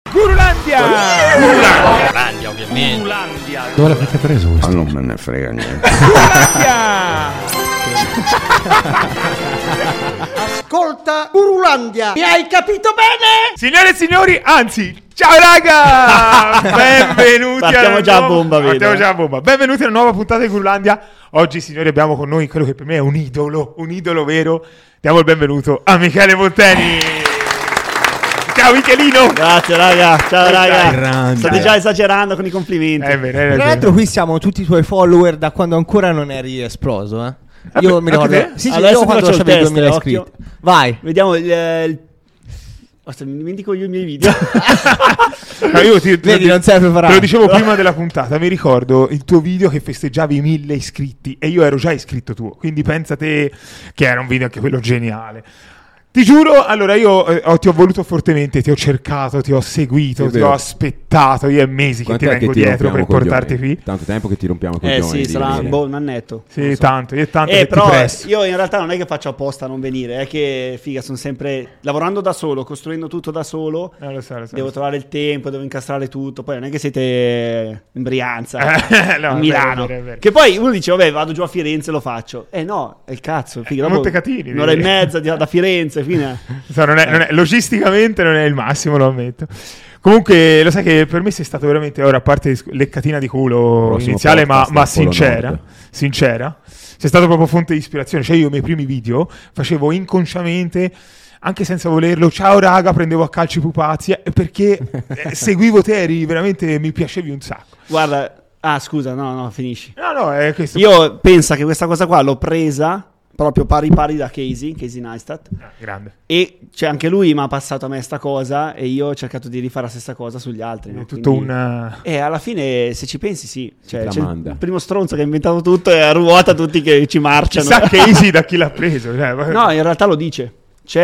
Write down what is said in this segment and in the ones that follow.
Gurulandia! Gurulandia, ovviamente. Gurulandia. Dove l'avete preso questo? Ma non me ne frega niente. Gurulandia! Ascolta, Gurulandia, mi hai capito bene? Signore e signori, anzi, ciao raga! Benvenuti Partiamo già a bomba, vedo. Partiamo già a bomba. Benvenuti alla nuova puntata di Gurulandia. Oggi, signori, abbiamo con noi quello che per me è un idolo vero. Diamo il benvenuto a Michele Molteni. Ciao Michelino! Grazie raga, ciao raga. Grande. State già esagerando con i complimenti. È vero, Tra l'altro qui siamo tutti i tuoi follower da quando ancora non eri esploso, eh. Io mi ricordo. te? Sì, Adesso io quando faccio il avevi test, 2000 occhio. iscritti. Vai. Vediamo mi dimentico io i miei video. No, io Vedi, non sei preparato. Te lo dicevo prima della puntata. Mi ricordo il tuo video che festeggiavi i 1000 iscritti e io ero già iscritto tuo. Quindi pensa te che era un video anche quello geniale. Ti giuro, allora io ti ho voluto fortemente, ti ho cercato, ti ho seguito, ti ho aspettato, io è mesi che ti vengo dietro per portarti qui. Tanto tempo che ti rompiamo i coglioni. Sì, sarà un annetto. Sì, tanto, io tanto che però ti presto. io in realtà non è che faccio apposta a non venire, è che figa, sono sempre lavorando da solo, costruendo tutto da solo. Lo so. Devo trovare il tempo, devo incastrare tutto. Poi non è che siete in Brianza, No, a è Milano. vero. Che poi uno dice, vabbè, vado giù a Firenze e lo faccio. No, è il cazzo. Figa, dopo Montecatini, un'ora e vedi? mezza da Firenze, fine. Non è, logisticamente non è il massimo, lo ammetto. Comunque, lo sai che per me sei stato veramente, ora a parte leccatina di culo Prossimo iniziale, ma podcast al Polo sincera, sei stato proprio fonte di ispirazione. Cioè io i miei primi video facevo inconsciamente, anche senza volerlo, ciao raga, prendevo a calci i pupazzi, perché seguivo te, eri veramente, mi piacevi un sacco. Guarda, scusa, no, finisci. No, è questo. Io penso che questa cosa qua l'ho presa proprio pari da Casey Neistat. Grande. E cioè anche lui mi ha passato a me sta cosa e io ho cercato di rifare la stessa cosa sugli altri, no? È tutto Quindi... alla fine, se ci pensi, sì. Cioè, c'è il primo stronzo che ha inventato tutto e ruota tutti che ci marciano. Chissà Casey da chi l'ha preso. No, in realtà lo dice. C'è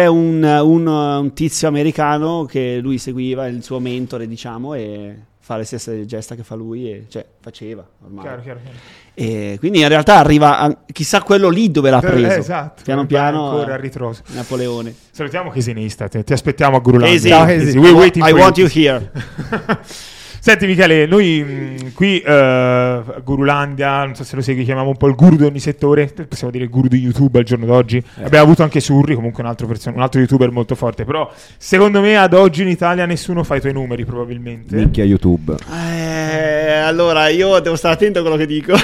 un tizio americano che lui seguiva, il suo mentore, diciamo, e fa le stesse gesta che fa lui, e cioè faceva ormai. Chiaro. E quindi in realtà arriva chissà quello lì dove l'ha preso. Esatto. Piano piano ancora a ritroso. Napoleone. Salutiamo Casey Neistat, ti aspettiamo a Gurulandia. Casey, Ciao, Casey. We're waiting I for want you here. Senti Michele, noi qui a Gurulandia, non so se lo segui, chiamiamo un po' il guru di ogni settore, possiamo dire il guru di YouTube al giorno d'oggi. Abbiamo avuto anche Surri, comunque un altro YouTuber molto forte, però secondo me ad oggi in Italia nessuno fa i tuoi numeri probabilmente. Minchia YouTube. Allora io devo stare attento a quello che dico.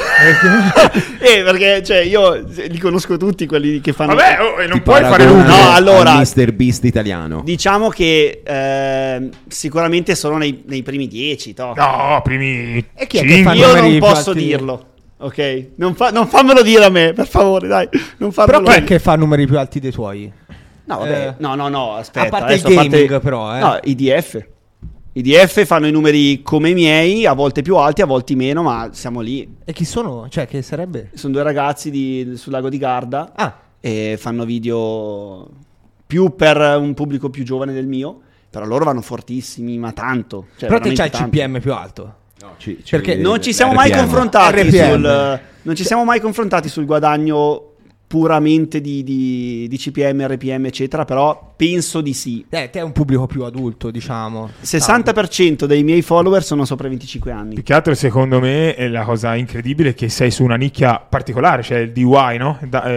Perché cioè io li conosco tutti quelli che fanno. Vabbè, non Ti puoi fare paragono numeri. No, allora- al Mr. Beast italiano. Diciamo che sicuramente sono nei primi 10. No, primi E chi è che 5. fa Io numeri non più posso alti? dirlo. Ok? Non fammelo dire a me, per favore, dai. Non Però farmelo chi è dire. che fa numeri più alti dei tuoi? No, vabbè. No, aspetta. A parte il adesso gaming, però, No, i DF. I DF fanno i numeri come i miei, a volte più alti, a volte meno, ma siamo lì. E chi sono? Cioè, che sarebbe? Sono due ragazzi sul lago di Garda e fanno video più per un pubblico più giovane del mio, però loro vanno fortissimi, ma tanto. Cioè, Però te veramente c'hai il tanto. CPM più alto. No, Perché Non ci siamo mai RPM. confrontati RPM. non ci siamo mai confrontati sul guadagno puramente di CPM, RPM, eccetera, però penso di sì. Te è un pubblico più adulto, diciamo. 60% dei miei follower sono sopra i 25 anni. Più che altro secondo me è la cosa incredibile è che sei su una nicchia particolare, cioè il DIY, no?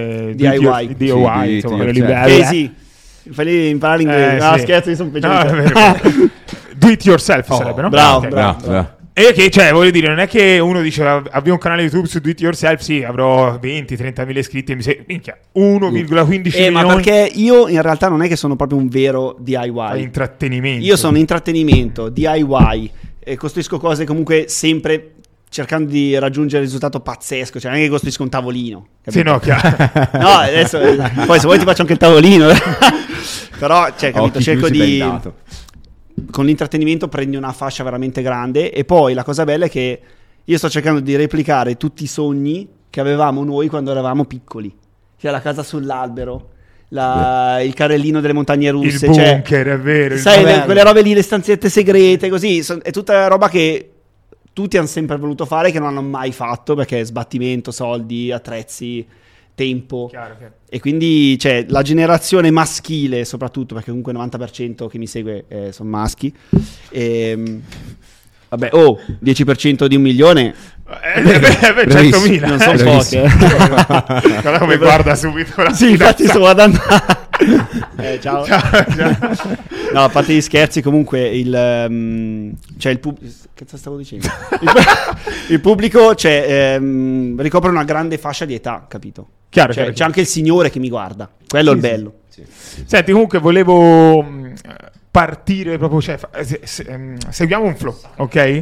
DIY. DIY, Sì, insomma, do it quello lì yourself. bello. Sì. Fai imparare l'inglese. Sì. Scherzo, mi sono peggio. No, di te. è vero. Do it yourself sarebbe, no? bravo, Ok. bravo. E che, cioè, voglio dire, non è che uno dice avvio un canale YouTube su Do It Yourself, sì, avrò 20-30 mila iscritti e minchia, 1,15 Ma milioni perché io in realtà non è che sono proprio un vero DIY. di intrattenimento. Io sono intrattenimento, DIY, e costruisco cose comunque sempre cercando di raggiungere il risultato pazzesco, cioè non è che costruisco un tavolino. Sì, no, chiaro. No, adesso poi se vuoi ti faccio anche il tavolino. Però, cioè, capito, Occhi cerco chiusi, di bendato. con l'intrattenimento prendi una fascia veramente grande e poi la cosa bella è che io sto cercando di replicare tutti i sogni che avevamo noi quando eravamo piccoli. Cioè la casa sull'albero, il carrellino delle montagne russe, Il cioè, bunker, è vero. sai, bello. quelle robe lì, le stanziette segrete, così, è tutta roba che tutti hanno sempre voluto fare, che non hanno mai fatto, perché sbattimento, soldi, attrezzi, tempo. Chiaro. E quindi la generazione maschile, soprattutto, perché comunque il 90% che mi segue sono maschi. Vabbè, 10% di 1 milione. 100.000. Non sono poche. Guarda come guarda subito la Sì, infatti sto guardando. Ciao. No, a parte gli scherzi, comunque che stavo dicendo? Il pubblico ricopre una grande fascia di età, capito? Chiaro. C'è anche il signore che mi guarda. Quello è il bello. Sì. Senti, comunque volevo partire proprio, seguiamo un flow, ok?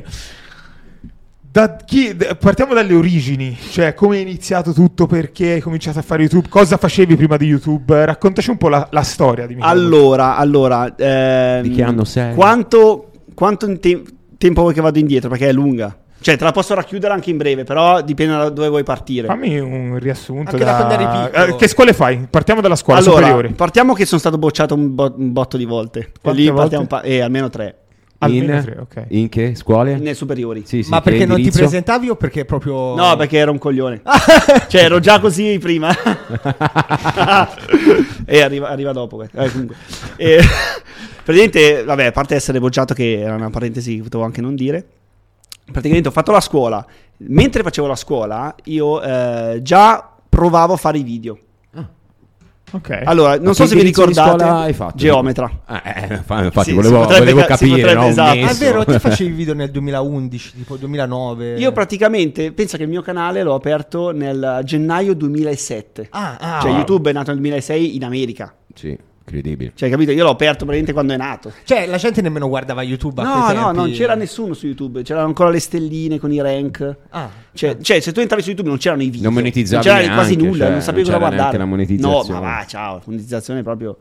Partiamo dalle origini, cioè come è iniziato tutto, perché hai cominciato a fare YouTube, cosa facevi prima di YouTube, raccontaci un po' la storia di Michele. Allora, di che anno sei? Quanto tempo vuoi che vado indietro, perché è lunga? Cioè te la posso racchiudere anche in breve, però dipende da dove vuoi partire. Fammi un riassunto. Anche da quando eri piccolo. Che scuole fai? Partiamo dalla scuola superiore. Partiamo che sono stato bocciato un botto di volte. Quante Lì volte? partiamo almeno 3. Almeno 3, ok. In che scuole? Nelle superiori. Sì, Ma che perché non ti indirizzo? presentavi o perché proprio... No, perché ero un coglione. Cioè ero già così prima. E arriva dopo. Comunque. Praticamente, vabbè, a parte essere bocciato, che era una parentesi che potevo anche non dire, praticamente ho fatto la scuola. Mentre facevo la scuola, io già provavo a fare i video. Ok. Allora, non Ma so che se vi indirizzo di ricordate, scuola hai fatto? Geometra. Infatti Sì, volevo si capire, potrebbe, no? esatto. Messo. Ah, è vero, te facevi video nel 2011, tipo 2009. Io praticamente, penso che il mio canale l'ho aperto nel gennaio 2007. Cioè YouTube è nato nel 2006 in America. Sì, incredibile. Cioè, capito? Io l'ho aperto praticamente quando è nato. Cioè, la gente nemmeno guardava YouTube a No, quei tempi. non c'era nessuno su YouTube. C'erano ancora le stelline con i rank. Cioè, se tu entravi su YouTube non c'erano i video. Non monetizzavi non c'era quasi neanche, nulla, cioè, non sapevi non cosa c'era neanche guardare. la monetizzazione. No, ma va, ciao, la monetizzazione proprio...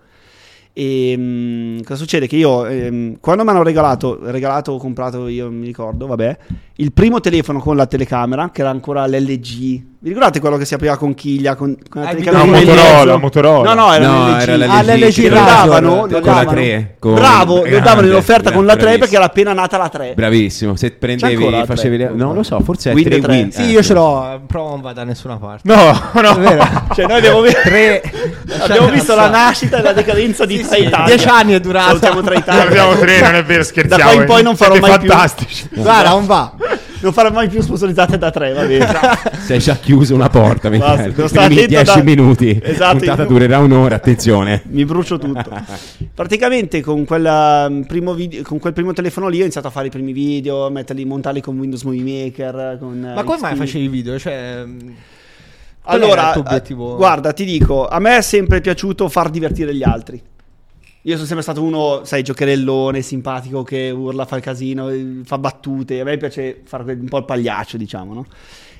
cosa succede? Che io quando mi hanno regalato o comprato, io mi ricordo, vabbè, il primo telefono con la telecamera, che era ancora l'LG. Vi ricordate quello che si apriva con chiglia con la telecamera? Motorola. No, era l'LG. l'LG. Lo davano con la 3. Bravo, lo davano in offerta con la 3 perché era appena nata la 3. Bravissimo. Se prendevi, C'è ancora la facevi 3? non lo so, forse è Windows 3 3. Win. Sì, io ce l'ho, però non va da nessuna parte. No. È vero. Cioè noi abbiamo visto la nascita nascita e la decadenza di Tra Italia. 10 anni è durata. Salutiamo Tra Italia. Abbiamo 3, non è vero, scherziamo. Da qua in poi non farò Siete mai più. fantastici. Guarda, non va. Non farò mai più sponsorizzate da 3, va bene. Sei già chiuso una porta, Basta, i devo stare primi attento 10 minuti. Esatto, Puntata durerà un'ora, attenzione. Mi brucio tutto. Praticamente con quel primo telefono lì ho iniziato a fare i primi video, montarli con Windows Movie Maker. Ma come mai facevi video? Cioè, allora, il tuo obiettivo? Guarda, ti dico, a me è sempre piaciuto far divertire gli altri. Io sono sempre stato uno, sai, giocherellone, simpatico, che urla, fa il casino, fa battute. A me piace fare un po' il pagliaccio, diciamo, no?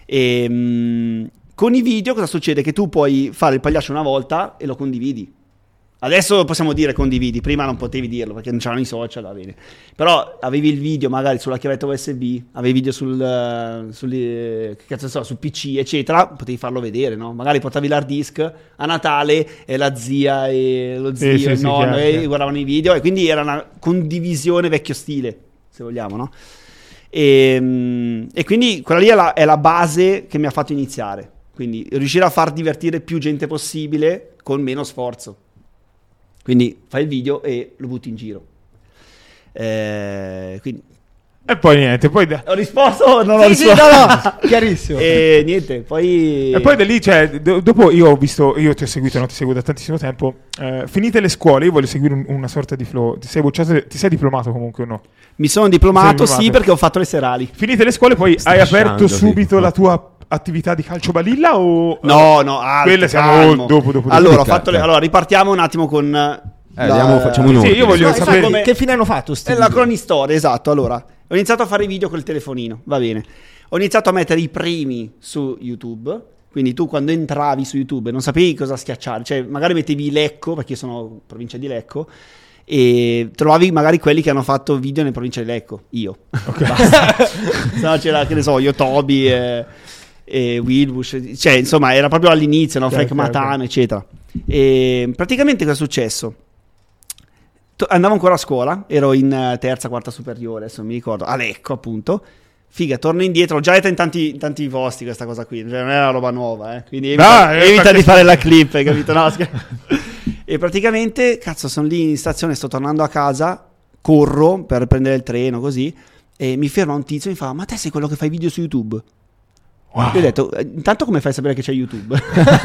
E con i video cosa succede? Che tu puoi fare il pagliaccio una volta e lo condividi. Adesso possiamo dire condividi, prima non potevi dirlo perché non c'erano i social, va bene. Però avevi il video magari sulla chiavetta USB, avevi video sul PC, eccetera, potevi farlo vedere, no? Magari portavi l'hard disk a Natale e la zia e lo zio e il nonno e guardavano i video, e quindi era una condivisione vecchio stile, se vogliamo, no? E quindi quella lì è la base che mi ha fatto iniziare. Quindi riuscire a far divertire più gente possibile con meno sforzo. Quindi fai il video e lo butti in giro. Quindi... E poi niente, Ho risposto o non ho Sì, risposto? no, chiarissimo. E niente, poi... E poi da lì, cioè, dopo io ti ho seguito, non ti seguo da tantissimo tempo. Finite le scuole, io voglio seguire una sorta di flow. Ti sei diplomato comunque o no? Mi sono diplomato, sì, perché ho fatto le serali. Finite le scuole, poi hai aperto Stasciando, subito sì. la tua attività di calcio balilla o... No, quelle siamo calmo. dopo. Allora, allora, ripartiamo un attimo con... Facciamo un Sì, ordine. io voglio No, sapere... come- Che fine hanno fatto sti È la video? cronistoria, esatto. Allora, ho iniziato a fare video col telefonino, va bene. Ho iniziato a mettere i primi su YouTube. Quindi tu quando entravi su YouTube non sapevi cosa schiacciare. Cioè, magari mettevi Lecco, perché io sono provincia di Lecco, e trovavi magari quelli che hanno fatto video nella provincia di Lecco. Io. Basta. Se no c'era, che ne so, io, Toby e Wilbush. Cioè, insomma, era proprio all'inizio, no? Frank Matano, eccetera. E praticamente cosa è successo? Andavo ancora a scuola, ero in terza, quarta superiore, adesso non mi ricordo, a Lecco appunto. figa, torno indietro. Ho già detto in tanti posti questa cosa qui, cioè non è una roba nuova, quindi evita di fare la clip, hai capito? No, e praticamente, cazzo, sono lì in stazione, sto tornando a casa, corro per prendere il treno, così, e mi ferma un tizio e mi fa: ma te sei quello che fai video su YouTube? Wow. Io ho detto: intanto come fai a sapere che c'è YouTube?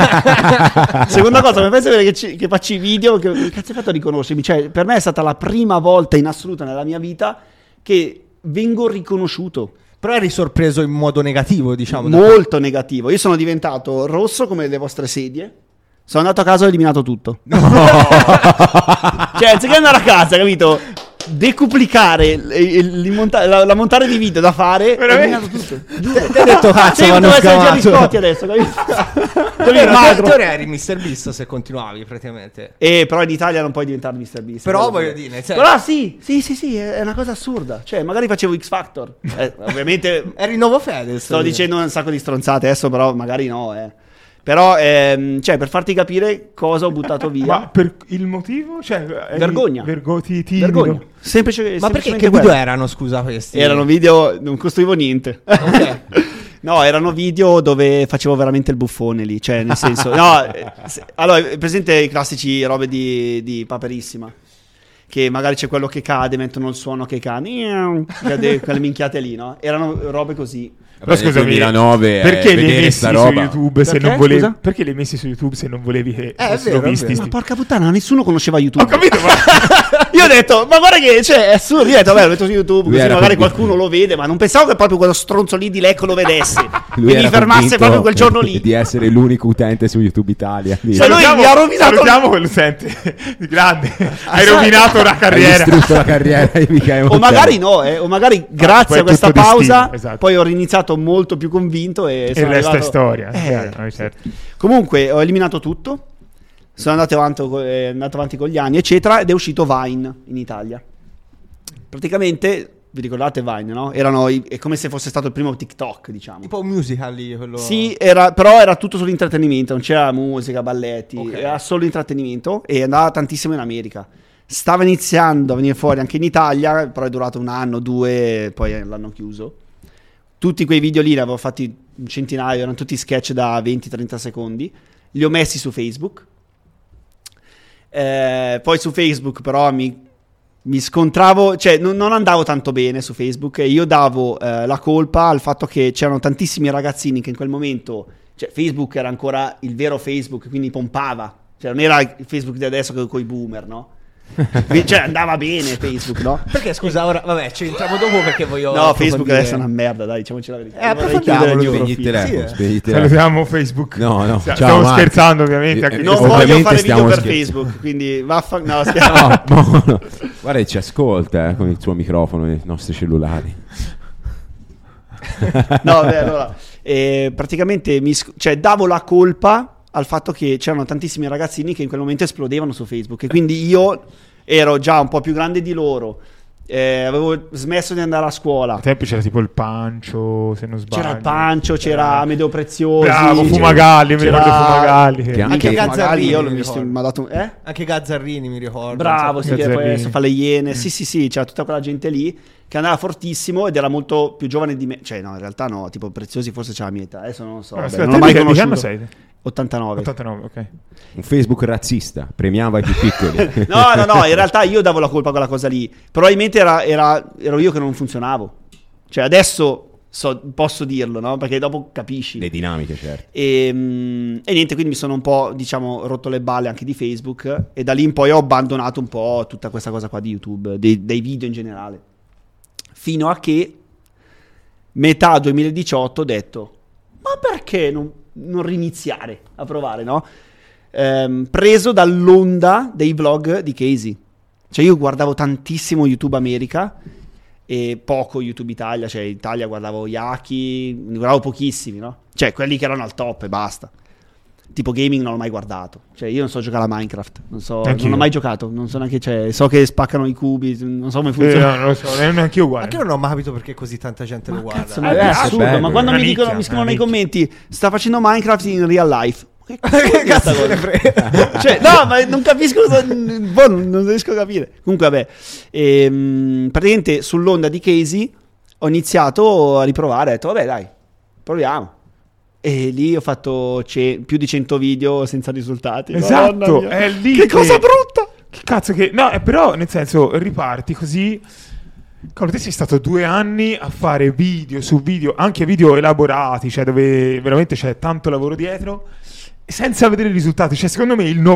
Seconda cosa, come fai a sapere che faccio i video? Che cazzo hai fatto a riconoscermi? Cioè, per me è stata la prima volta in assoluto nella mia vita che vengo riconosciuto. Però eri sorpreso in modo negativo, diciamo. Molto negativo. Io sono diventato rosso come le vostre sedie. Sono andato a casa e ho eliminato tutto. No. Cioè, anziché andare a casa, capito? Decuplicare la montare di video da fare, ho eliminato tutto. Ti ho detto, cazzo, vanno scavato. Scotti adesso, capito? Tu eri Mr. Beast se continuavi praticamente. Però in Italia non puoi diventare Mr. Beast. Però voglio dire, però sì, è una cosa assurda. Cioè, magari facevo X Factor. Ovviamente eri Nuovo Fedez. Sto dicendo un sacco di stronzate adesso, però magari no, Però, cioè, per farti capire cosa ho buttato via. Ma per il motivo? Cioè, vergogna. Vergogna. Ma perché che video erano, scusa, questi? Erano video, non costruivo niente. Ok. No, erano video dove facevo veramente il buffone lì. Cioè, nel senso, allora, presente i classici robe di Paperissima? Che magari c'è quello che cade, mettono il suono che cade, quelle minchiate lì, no? Erano robe così. Però scusami, 2009 perché li hai messi su YouTube se non volevi? Scusa? Perché li hai messi su YouTube se non volevi che fossero visti? Ma porca puttana, nessuno conosceva YouTube. Ho capito, ma io ho detto, ma guarda che, cioè, è assurdo. Io ho detto, vabbè, l'ho messo su YouTube, così magari qualcuno lo vede, ma non pensavo che proprio quello stronzo lì di Lecco lo vedesse e mi fermasse proprio quel giorno lì. Di essere l'unico utente su YouTube Italia. Cioè, lui mi ha rovinato. Salutiamo quell'utente di grande. Hai rovinato la carriera. Hai distrutto la carriera di Michele O magari no, o magari grazie a questa pausa esatto. poi ho riniziato molto più convinto e il resto è storia. Certo. Comunque ho eliminato tutto, sono andato avanti con gli anni eccetera, ed è uscito Vine in Italia. Praticamente, vi ricordate Vine, no? È come se fosse stato il primo TikTok, diciamo. Tipo un musical lì, quello. Sì, però era tutto sull'intrattenimento, non c'era musica, balletti, okay. Era solo intrattenimento e andava tantissimo in America. Stava iniziando a venire fuori anche in Italia, però è durato 1 anno, 2, poi l'hanno chiuso. Tutti quei video lì ne avevo fatti un centinaio, erano tutti sketch da 20-30 secondi. Li ho messi su Facebook. Poi su Facebook però mi scontravo, cioè non andavo tanto bene su Facebook, e io davo la colpa al fatto che c'erano tantissimi ragazzini che in quel momento, cioè Facebook era ancora il vero Facebook, quindi pompava. Cioè non era il Facebook di adesso con i boomer, no? Cioè andava bene Facebook, no? Perché scusa, ora vabbè, ci entriamo dopo perché voglio. No, Facebook adesso è una merda, dai, diciamoci la verità. Approfondiamolo. Spegni il telefono, spegni il telefono. Salutiamo Facebook. No. Stiamo scherzando ovviamente anche non voglio fare video per Facebook, quindi no, scherzo. No. Guarda, ci ascolta con il suo microfono i nostri cellulari. No, beh, allora praticamente davo la colpa al fatto che c'erano tantissimi ragazzini che in quel momento esplodevano su Facebook, e quindi io ero già un po' più grande di loro, avevo smesso di andare a scuola. A tempi c'era tipo il Pancio, se non sbaglio. C'era il Pancio, c'era Amedeo Preziosi. Bravo, Fumagalli, mi ricordo Fumagalli. Che anche Gazzarrini, io l'ho visto. mi ha dato Anche Gazzarrini mi ricordo. Bravo, sì, che poi Gazzarrini. adesso fa le Iene. Sì, c'era tutta quella gente lì che andava fortissimo ed era molto più giovane di me. Cioè no, in realtà no, tipo Preziosi forse c'era la mia età, adesso non lo so. Aspetta, non l'ho mai di che anno conosciuto. sei? 89. 89, ok. Un Facebook razzista, premiava i più piccoli. No, in realtà io davo la colpa a quella cosa lì. Probabilmente ero io che non funzionavo. Cioè adesso posso dirlo, no? Perché dopo capisci. Le dinamiche, certo. E niente, quindi mi sono un po', diciamo, rotto le balle anche di Facebook, e da lì in poi ho abbandonato un po' tutta questa cosa qua di YouTube, dei video in generale. Fino a che metà 2018 ho detto, ma perché non riniziare a provare, no? Preso dall'onda dei vlog di Casey. Cioè io guardavo tantissimo YouTube America e poco YouTube Italia. Cioè in Italia guardavo Yaki, ne guardavo pochissimi, no? Cioè quelli che erano al top e basta. Tipo gaming non l'ho mai guardato. Cioè io non so giocare a Minecraft, non ho mai giocato, non so neanche, cioè, so che spaccano i cubi, non so come funziona. No, non lo so, neanche io guardo. Anche io non ho mai capito perché così tanta gente lo guarda. Cazzo, ma è assurdo, bello, ma quando una mi nicchia, scrivono una nei commenti sta facendo Minecraft in real life. Che cazzo se ne frega? Cioè, no, ma non capisco non riesco a capire. Comunque vabbè, praticamente sull'onda di Casey ho iniziato a riprovare, ho detto vabbè dai, proviamo. E lì ho fatto più di 100 video senza risultati. Esatto, è lì che cosa brutta! Che cazzo che... No, però nel senso riparti così... Cavolo, te sei stato 2 anni a fare video su video, anche video elaborati, cioè dove veramente c'è tanto lavoro dietro, senza vedere i risultati. Cioè secondo me il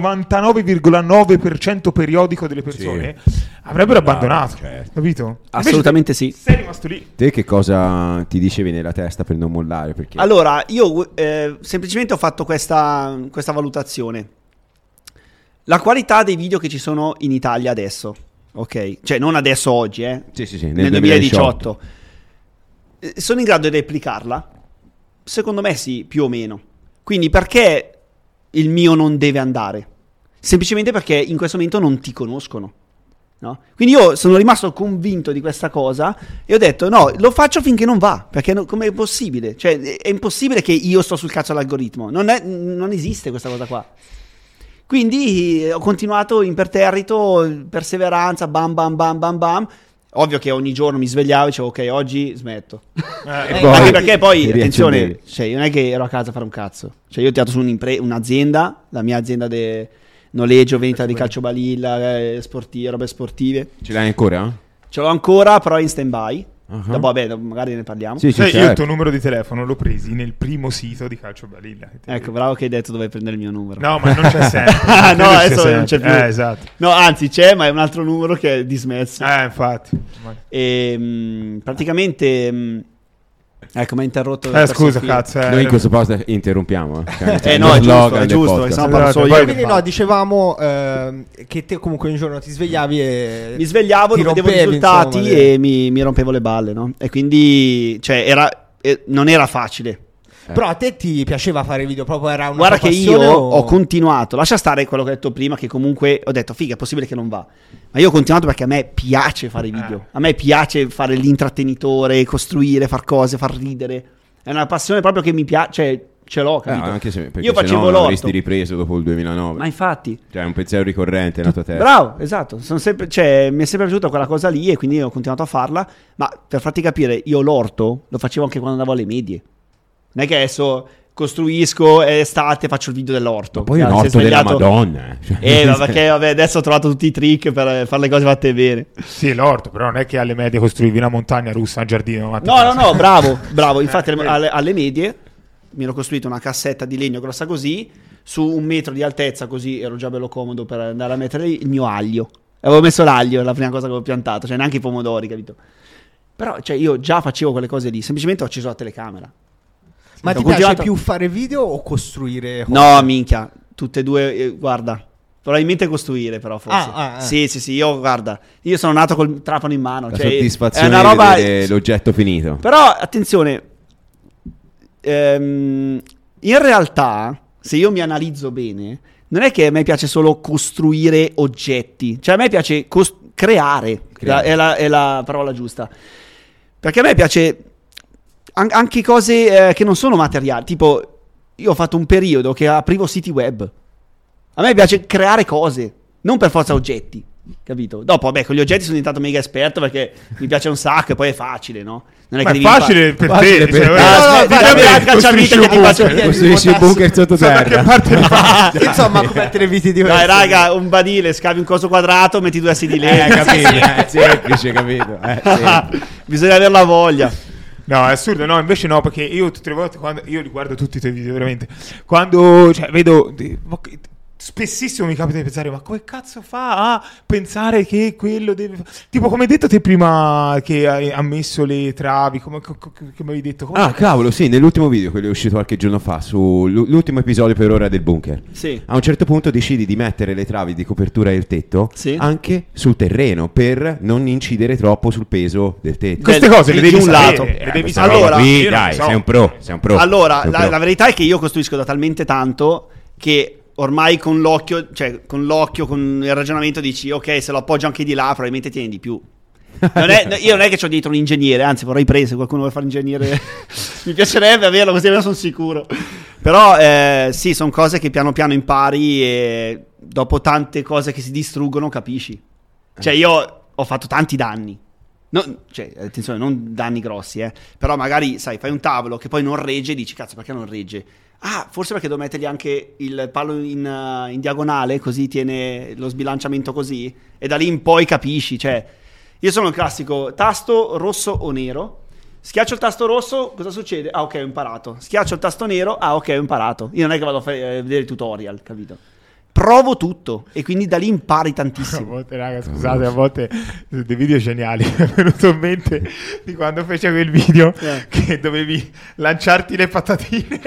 99,9% periodico delle persone avrebbero abbandonato, certo. capito? Assolutamente Invece sì. sei rimasto lì. Te che cosa ti dicevi nella testa per non mollare? Perché... Allora, io semplicemente ho fatto questa valutazione. La qualità dei video che ci sono in Italia adesso, ok? Cioè non adesso oggi, Sì, nel 2018. Sono in grado di replicarla? Secondo me sì, più o meno. Quindi perché il mio non deve andare? Semplicemente perché in questo momento non ti conoscono. No? Quindi io sono rimasto convinto di questa cosa e ho detto no, lo faccio finché non va, perché com'è possibile? Cioè è impossibile che io sto sul cazzo all'algoritmo, non esiste questa cosa qua. Quindi ho continuato imperterrito, perseveranza, bam bam bam bam bam. Ovvio che ogni giorno mi svegliavo e dicevo ok, oggi smetto. Anche perché poi, attenzione, cioè, io non è che ero a casa a fare un cazzo. Cioè io ho tirato su un'azienda, la mia azienda di noleggio, vendita di calciobalilla, robe sportive. Ce l'hai ancora? Ce l'ho ancora, però è in stand-by. Dopo, vabbè, magari ne parliamo. Sì, Io il certo. tuo numero di telefono l'ho presi nel primo sito di calciobalilla. Ecco, bravo che hai detto dove prendere il mio numero. No, ma non c'è sempre. No, adesso non c'è più. Esatto. No, anzi c'è, ma è un altro numero che è dismesso. Infatti. E praticamente ecco, mi ha interrotto. Scusa, cazzo. Noi in questo posto interrompiamo. No, è giusto, se no parlo solo io. Quindi no, dicevamo che te comunque un giorno ti svegliavi e mi svegliavo, non vedevo i risultati, insomma, e mi rompevo le balle, no? E quindi, cioè, non era facile. Però a te ti piaceva fare video, proprio era una Guarda tua che io passione ho continuato, lascia stare quello che ho detto prima, che comunque ho detto figa, è possibile che non va, ma io ho continuato perché a me piace fare video, a me piace fare l'intrattenitore, costruire, far cose, far ridere, è una passione proprio che mi piace, cioè, ce l'ho, capito? Anche se, perché io facevo non l'orto, avresti ripreso dopo il 2009. ma infatti, cioè è un pensiero ricorrente nella tua testa. bravo, esatto, mi è sempre piaciuta quella cosa lì e quindi ho continuato a farla, ma per farti capire, io l'orto lo facevo anche quando andavo alle medie, non è che adesso costruisco, è estate, faccio il video dell'orto. Ma poi un orto della Madonna. Perché adesso ho trovato tutti i trick per fare le cose fatte bene. Sì, l'orto, però non è che alle medie costruivi una montagna russa, un giardino. No, bravo. Infatti alle medie mi ero costruito una cassetta di legno grossa così, su 1 metro di altezza, così ero già bello comodo per andare a mettere il mio aglio. Avevo messo l'aglio, la prima cosa che avevo piantato, cioè neanche i pomodori, capito? Però cioè, io già facevo quelle cose lì, semplicemente ho acceso la telecamera. Ma ti piace più fare video o costruire? No, minchia, tutte e due, guarda, probabilmente costruire però forse. Sì, io sono nato col trapano in mano. La cioè, soddisfazione è una roba, di vedere l'oggetto finito. Però, attenzione, in realtà, se io mi analizzo bene, non è che a me piace solo costruire oggetti, cioè a me piace creare. È la parola giusta. Perché a me piace... anche cose che non sono materiali, tipo io ho fatto un periodo che aprivo siti web. A me piace creare cose, non per forza oggetti, capito? Dopo vabbè, con gli oggetti sono diventato mega esperto perché mi piace un sacco e poi è facile, no? Non è ma che è facile per te, costruisci un bunker sottoterra. Insomma, come mettere viti di dai raga, un badile, scavi un coso quadrato, metti 2 assi di legno. Semplice, capito? Bisogna avere la voglia. No, è assurdo, no, invece no, perché io tutte le volte quando io riguardo tutti i tuoi video veramente, quando vedo spessissimo mi capita di pensare ma come cazzo fa a pensare che quello deve tipo come hai detto te prima che hai messo le travi come mi avevi detto cavolo sì, nell'ultimo video quello è uscito qualche giorno fa sull'ultimo episodio per ora del bunker, sì. A un certo punto decidi di mettere le travi di copertura del tetto, sì, anche sul terreno per non incidere troppo sul peso del tetto. Queste cose le devi un lato. Allora qui, dai, sei un pro. Allora la verità è che io costruisco da talmente tanto che ormai con l'occhio, con il ragionamento dici ok, se lo appoggio anche di là probabilmente tieni di più. Io non è che c'ho dietro un ingegnere, anzi vorrei se qualcuno vuole fare ingegnere mi piacerebbe averlo, così almeno sono sicuro. Però sì, sono cose che piano piano impari e dopo tante cose che si distruggono capisci. Cioè io ho fatto tanti danni Cioè, attenzione, non danni grossi, però magari, sai, fai un tavolo che poi non regge e dici, cazzo, perché non regge? Ah, forse perché devo mettergli anche il palo in diagonale, così tiene lo sbilanciamento così, e da lì in poi capisci, cioè, io sono il classico tasto rosso o nero, schiaccio il tasto rosso, cosa succede? Ah, ok, ho imparato. Schiaccio il tasto nero, ah, ok, ho imparato. Io non è che vado a vedere il tutorial, capito? Provo tutto e quindi da lì impari tantissimo. A volte, raga, scusate, a volte dei video geniali. Mi è venuto in mente di quando fece quel video che dovevi lanciarti le patatine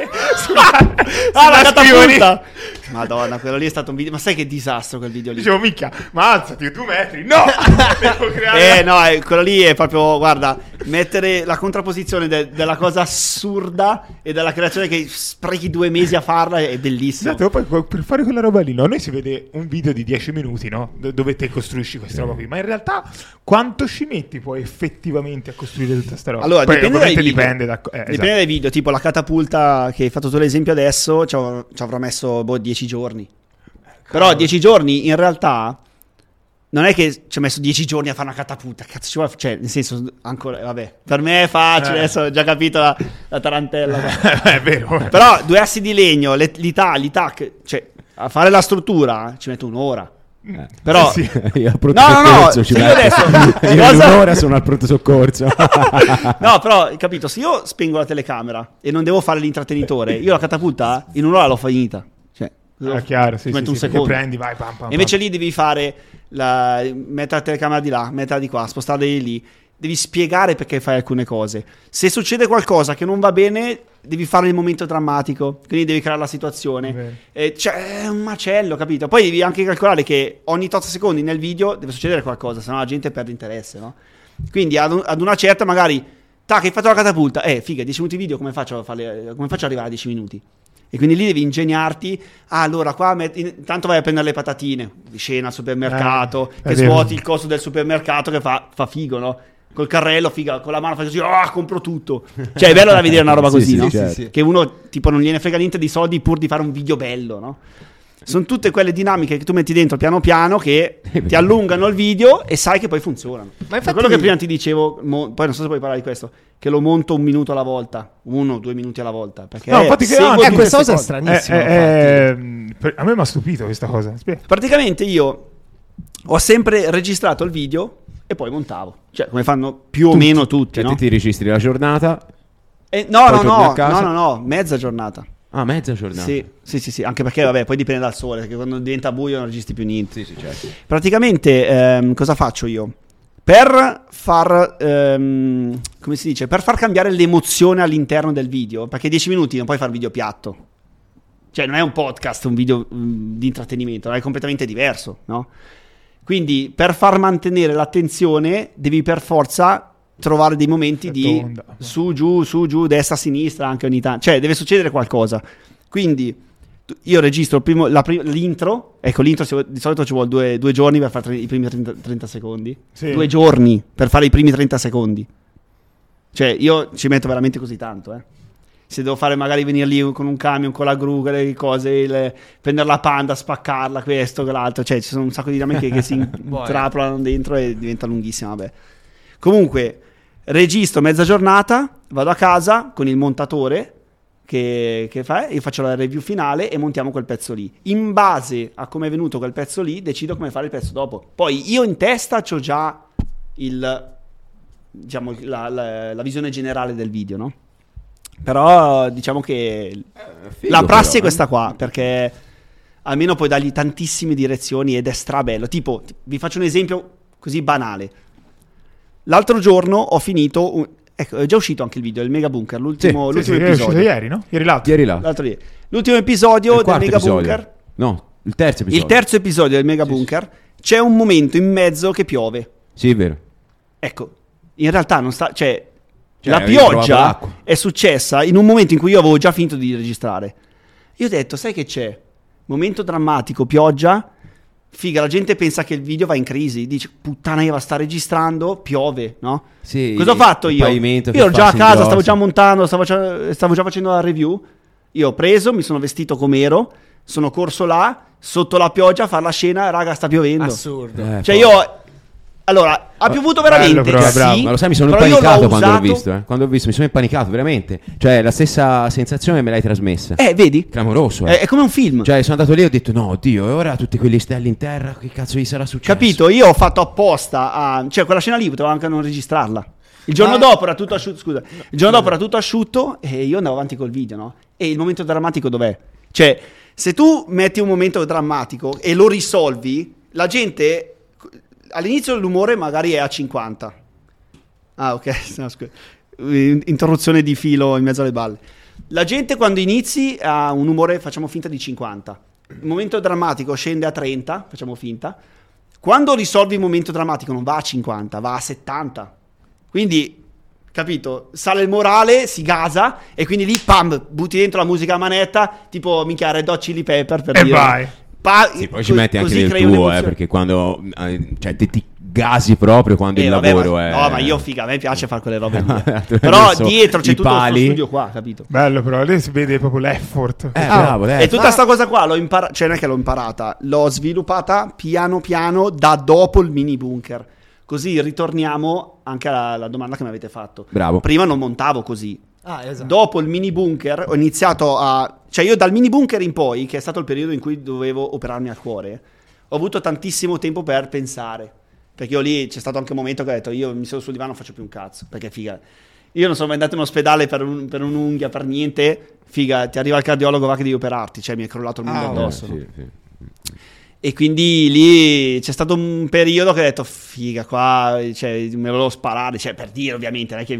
la catapulta. Madonna, quello lì è stato un video. Ma sai che disastro quel video lì? Dicevo, minchia, ma alzati 2 metri. No! Devo creare... no, quello lì è proprio, guarda, mettere la contrapposizione della cosa assurda e della creazione che sprechi 2 mesi a farla è bellissimo. Esatto, poi per fare quella roba lì, no? Noi si vede un video di 10 minuti, no? Dove te costruisci questa roba qui. Ma in realtà quanto ci metti poi effettivamente a costruire tutta sta roba? Allora, poi, dipende dai video. Dipende dai video. Tipo la catapulta che hai fatto tu l'esempio adesso, ci avrò messo 10 giorni. Però 10 giorni in realtà non è che ci ho messo 10 giorni a fare una catapulta. Cazzo ci vuole, cioè, nel senso, ancora, vabbè, per me è facile, adesso ho già capito la tarantella. È vero. Però 2 assi di legno, l'itac, cioè, a fare la struttura ci metto un'ora. Però sì. Io al pronto no, soccorso ci io metto. adesso Io in un'ora sono al pronto soccorso. No, però, capito, se io spengo la telecamera e non devo fare l'intrattenitore, io la catapulta in un'ora l'ho finita. Cioè, chiaro, sì, metto sì, un secondo. Prendi, vai, pam, pam, invece pam. lì devi fare mettere la telecamera di là, metterla di qua, spostarla di lì. Devi spiegare perché fai alcune cose. Se succede qualcosa che non va bene, devi fare il momento drammatico, quindi devi creare la situazione. Cioè, è un macello, capito? Poi devi anche calcolare che ogni tot secondi nel video deve succedere qualcosa, sennò la gente perde interesse, no? Quindi ad una certa magari, tac, hai fatto la catapulta, figa, 10 minuti video, come faccio ad arrivare a 10 minuti? E quindi lì devi ingegnarti. Allora qua intanto vai a prendere le patatine, scena al supermercato, che svuoti il costo del supermercato, che fa figo, no? Col carrello, figa, con la mano fai così, compro tutto. Cioè è bello da vedere una roba così, sì, no? Certo. Che uno tipo non gliene frega niente di soldi pur di fare un video bello, no? Sono tutte quelle dinamiche che tu metti dentro piano piano che ti allungano il video e sai che poi funzionano. Ma infatti... quello che prima ti dicevo, poi non so se puoi parlare di questo, che lo monto 1 minuto alla volta, 1 o 2 minuti alla volta, perché no, infatti questa cosa è stranissima. A me mi ha stupito questa cosa. Praticamente io ho sempre registrato il video e poi montavo, cioè come fanno più o meno tutti, Cioè no? ti registri la giornata? No, mezza giornata. Ah, mezza giornata? Sì, anche perché vabbè, poi dipende dal sole, perché quando diventa buio non registri più niente. Sì, certo. Praticamente cosa faccio io? Per far come si dice? Per far cambiare l'emozione all'interno del video, perché 10 minuti non puoi fare video piatto. Cioè non è un podcast, un video di intrattenimento, è completamente diverso, no? Quindi per far mantenere l'attenzione devi per forza trovare dei momenti di su, giù, destra, sinistra anche ogni tanto. Cioè deve succedere qualcosa. Quindi io registro l'intro. Ecco, l'intro di solito ci vuole 2 giorni per fare i primi 30 secondi. Sì. 2 giorni per fare i primi 30 secondi. Cioè io ci metto veramente così tanto, Se devo fare magari venire lì con un camion, con la gru, le cose, prendere la panda, spaccarla, questo, quell'altro. Cioè ci sono un sacco di dinamiche che si intrappolano dentro e diventa lunghissima, vabbè. Comunque registro mezza giornata, vado a casa con il montatore che fa, io faccio la review finale e montiamo quel pezzo lì. In base a come è venuto quel pezzo lì decido come fare il pezzo dopo. Poi io in testa c'ho già la visione generale del video, no? Però diciamo che la prassi è questa qua, perché almeno puoi dargli tantissime direzioni ed è strabello. Tipo, vi faccio un esempio così banale. L'altro giorno ho finito ecco, è già uscito anche il video, il Mega Bunker, l'ultimo episodio. È uscito ieri, no? Ieri l'altro ieri. L'ultimo episodio del Mega Bunker. No, il terzo episodio. Il terzo episodio del Mega Bunker. C'è un momento in mezzo che piove. Sì, è vero. Ecco, in realtà non sta... Cioè la pioggia è successa in un momento in cui io avevo già finito di registrare. Io ho detto, sai che c'è? Momento drammatico, pioggia... Figa, la gente pensa che il video va in crisi. Dice, puttana, io sta registrando, piove, no? Sì, cosa ho fatto io? Io ero già a casa, stavo già montando, stavo già facendo la review. Io ho preso, mi sono vestito come ero, sono corso là, sotto la pioggia a fare la scena, raga, sta piovendo. Assurdo. Cioè io Allora, ha piovuto veramente, Bello, però, sì, Ma lo sai, mi sono però io impanicato l'ho quando l'ho usato- visto. Quando l'ho visto, mi sono impanicato, veramente. Cioè, la stessa sensazione me l'hai trasmessa. Vedi? Clamoroso, È come un film. Cioè, sono andato lì e ho detto, no, Dio, e ora tutti quegli stelli in terra, che cazzo gli sarà successo? Capito? Io ho fatto apposta cioè quella scena lì potevo anche non registrarla. Il giorno dopo era tutto asciutto, scusa. Il giorno dopo era tutto asciutto e io andavo avanti col video, no? E il momento drammatico dov'è? Cioè, se tu metti un momento drammatico e lo risolvi, la gente all'inizio l'umore magari è a 50. Ah, ok, no, scusa. Interruzione di filo in mezzo alle balle. La gente quando inizi ha un umore, facciamo finta, di 50. Il momento drammatico scende a 30, facciamo finta. Quando risolvi il momento drammatico non va a 50, va a 70. Quindi, capito, sale il morale, si gasa e quindi lì, pam, butti dentro la musica a manetta, tipo, minchia, Red Hot Chili Pepper, per E dire. vai. Sì, poi ci metti anche così del crei tuo, un'emozione. perché quando cioè ti gasi proprio quando il Vabbè, lavoro è... No, ma io figa, a me piace fare quelle robe lì. Tu hai Però messo dietro c'è i tutto questo pali. studio qua, capito? Bello, però lì si vede proprio l'effort. bravo, E tutta sta cosa qua l'ho imparata, cioè non è che l'ho imparata, l'ho sviluppata piano piano da dopo il mini bunker. Così ritorniamo anche alla domanda che mi avete fatto. Bravo. Prima non montavo così. Esatto. Dopo il mini bunker ho iniziato cioè io dal mini bunker in poi, che è stato il periodo in cui dovevo operarmi al cuore, ho avuto tantissimo tempo per pensare. Perché io lì c'è stato anche un momento che ho detto io mi sono sul divano, non faccio più un cazzo. Perché figa, io non sono mai andato in ospedale per un'unghia, per niente. Figa, ti arriva il cardiologo, va che devi operarti. Cioè mi è crollato il mondo addosso. no? Sì. E quindi lì c'è stato un periodo che ho detto figa qua, cioè, me lo volevo sparare, cioè per dire ovviamente, non è che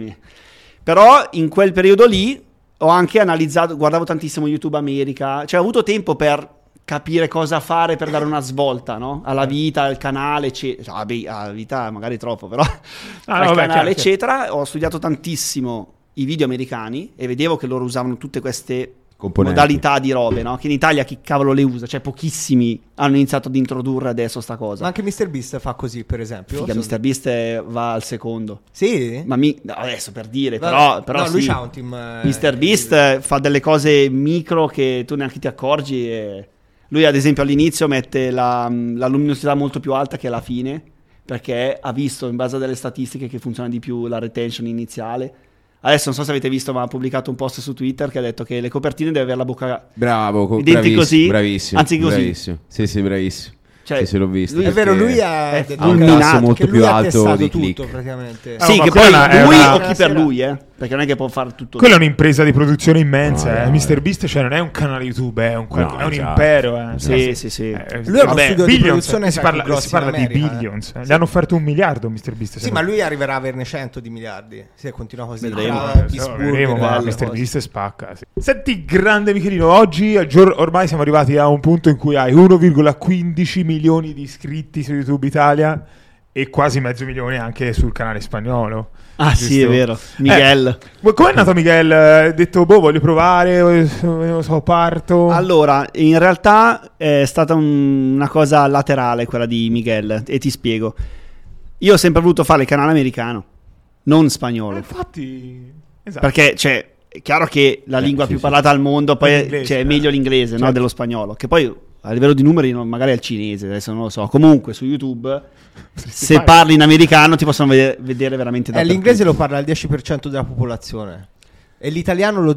però in quel periodo lì ho anche analizzato, guardavo tantissimo YouTube America, cioè ho avuto tempo per capire cosa fare per dare una svolta, no? Alla vita, al canale, eccetera. Vabbè, alla vita magari troppo, però al vabbè, canale, chiaro. eccetera. Ho studiato tantissimo i video americani e vedevo che loro usavano tutte queste Componenti. modalità di robe, no? Che in Italia chi cavolo le usa? Cioè pochissimi hanno iniziato ad introdurre adesso sta cosa. Ma anche MrBeast fa così, per esempio. Figa, MrBeast va al secondo. Sì? Ma no, adesso per dire, Vabbè, però no, lui sì. c'ha un team. MrBeast fa delle cose micro che tu neanche ti accorgi. E lui, ad esempio, all'inizio mette la luminosità molto più alta che alla fine, perché ha visto in base a delle statistiche che funziona di più la retention iniziale. Adesso non so se avete visto, ma ha pubblicato un post su Twitter che ha detto che le copertine deve avere la bocca Bravo, i denti bravissimo, così, bravissimo, anzi così. bravissimo. Sì, bravissimo. Cioè, sì, l'ho visto. È vero, lui ha è detto ha un che- tasso molto che lui più ha alto testato di tutto click. praticamente. Sì, ma che quella poi è lui una- o chi per lui, perché non è che può fare tutto. Quella è un'impresa di produzione immensa. No, MrBeast, cioè, non è un canale YouTube, è un No, è un esatto. impero. Sì. Lui ha uno vabbè, studio di Billions, produzione si sai, parla, più grossi si parla in di America, billions. Gli hanno offerto 1 miliardo MrBeast. Sì, ma lui arriverà a averne 100 di miliardi. Se continua così. Vedremo, Tra Pittsburgh Vedremo, e ma altre cose. MrBeast spacca. Sì. Senti, grande Michelino, oggi ormai siamo arrivati a un punto in cui hai 1,15 milioni di iscritti su YouTube Italia e quasi 500.000 anche sul canale spagnolo. Ah sì, è Giusto? vero. Miguel. Com'è nato Miguel? Hai detto, voglio provare, non so, parto. Allora, in realtà è stata una cosa laterale quella di Miguel, e ti spiego. Io ho sempre voluto fare il canale americano, non spagnolo. Infatti, esatto. Perché, cioè, è chiaro che la lingua sì, più sì. parlata al mondo poi L'inglese, cioè, è meglio l'inglese, no, certo. dello spagnolo. Che poi a livello di numeri magari è il cinese, adesso non lo so. Comunque su YouTube, se parli in americano ti possono vedere veramente dappertutto. L'inglese lo parla il 10% della popolazione. E l'italiano lo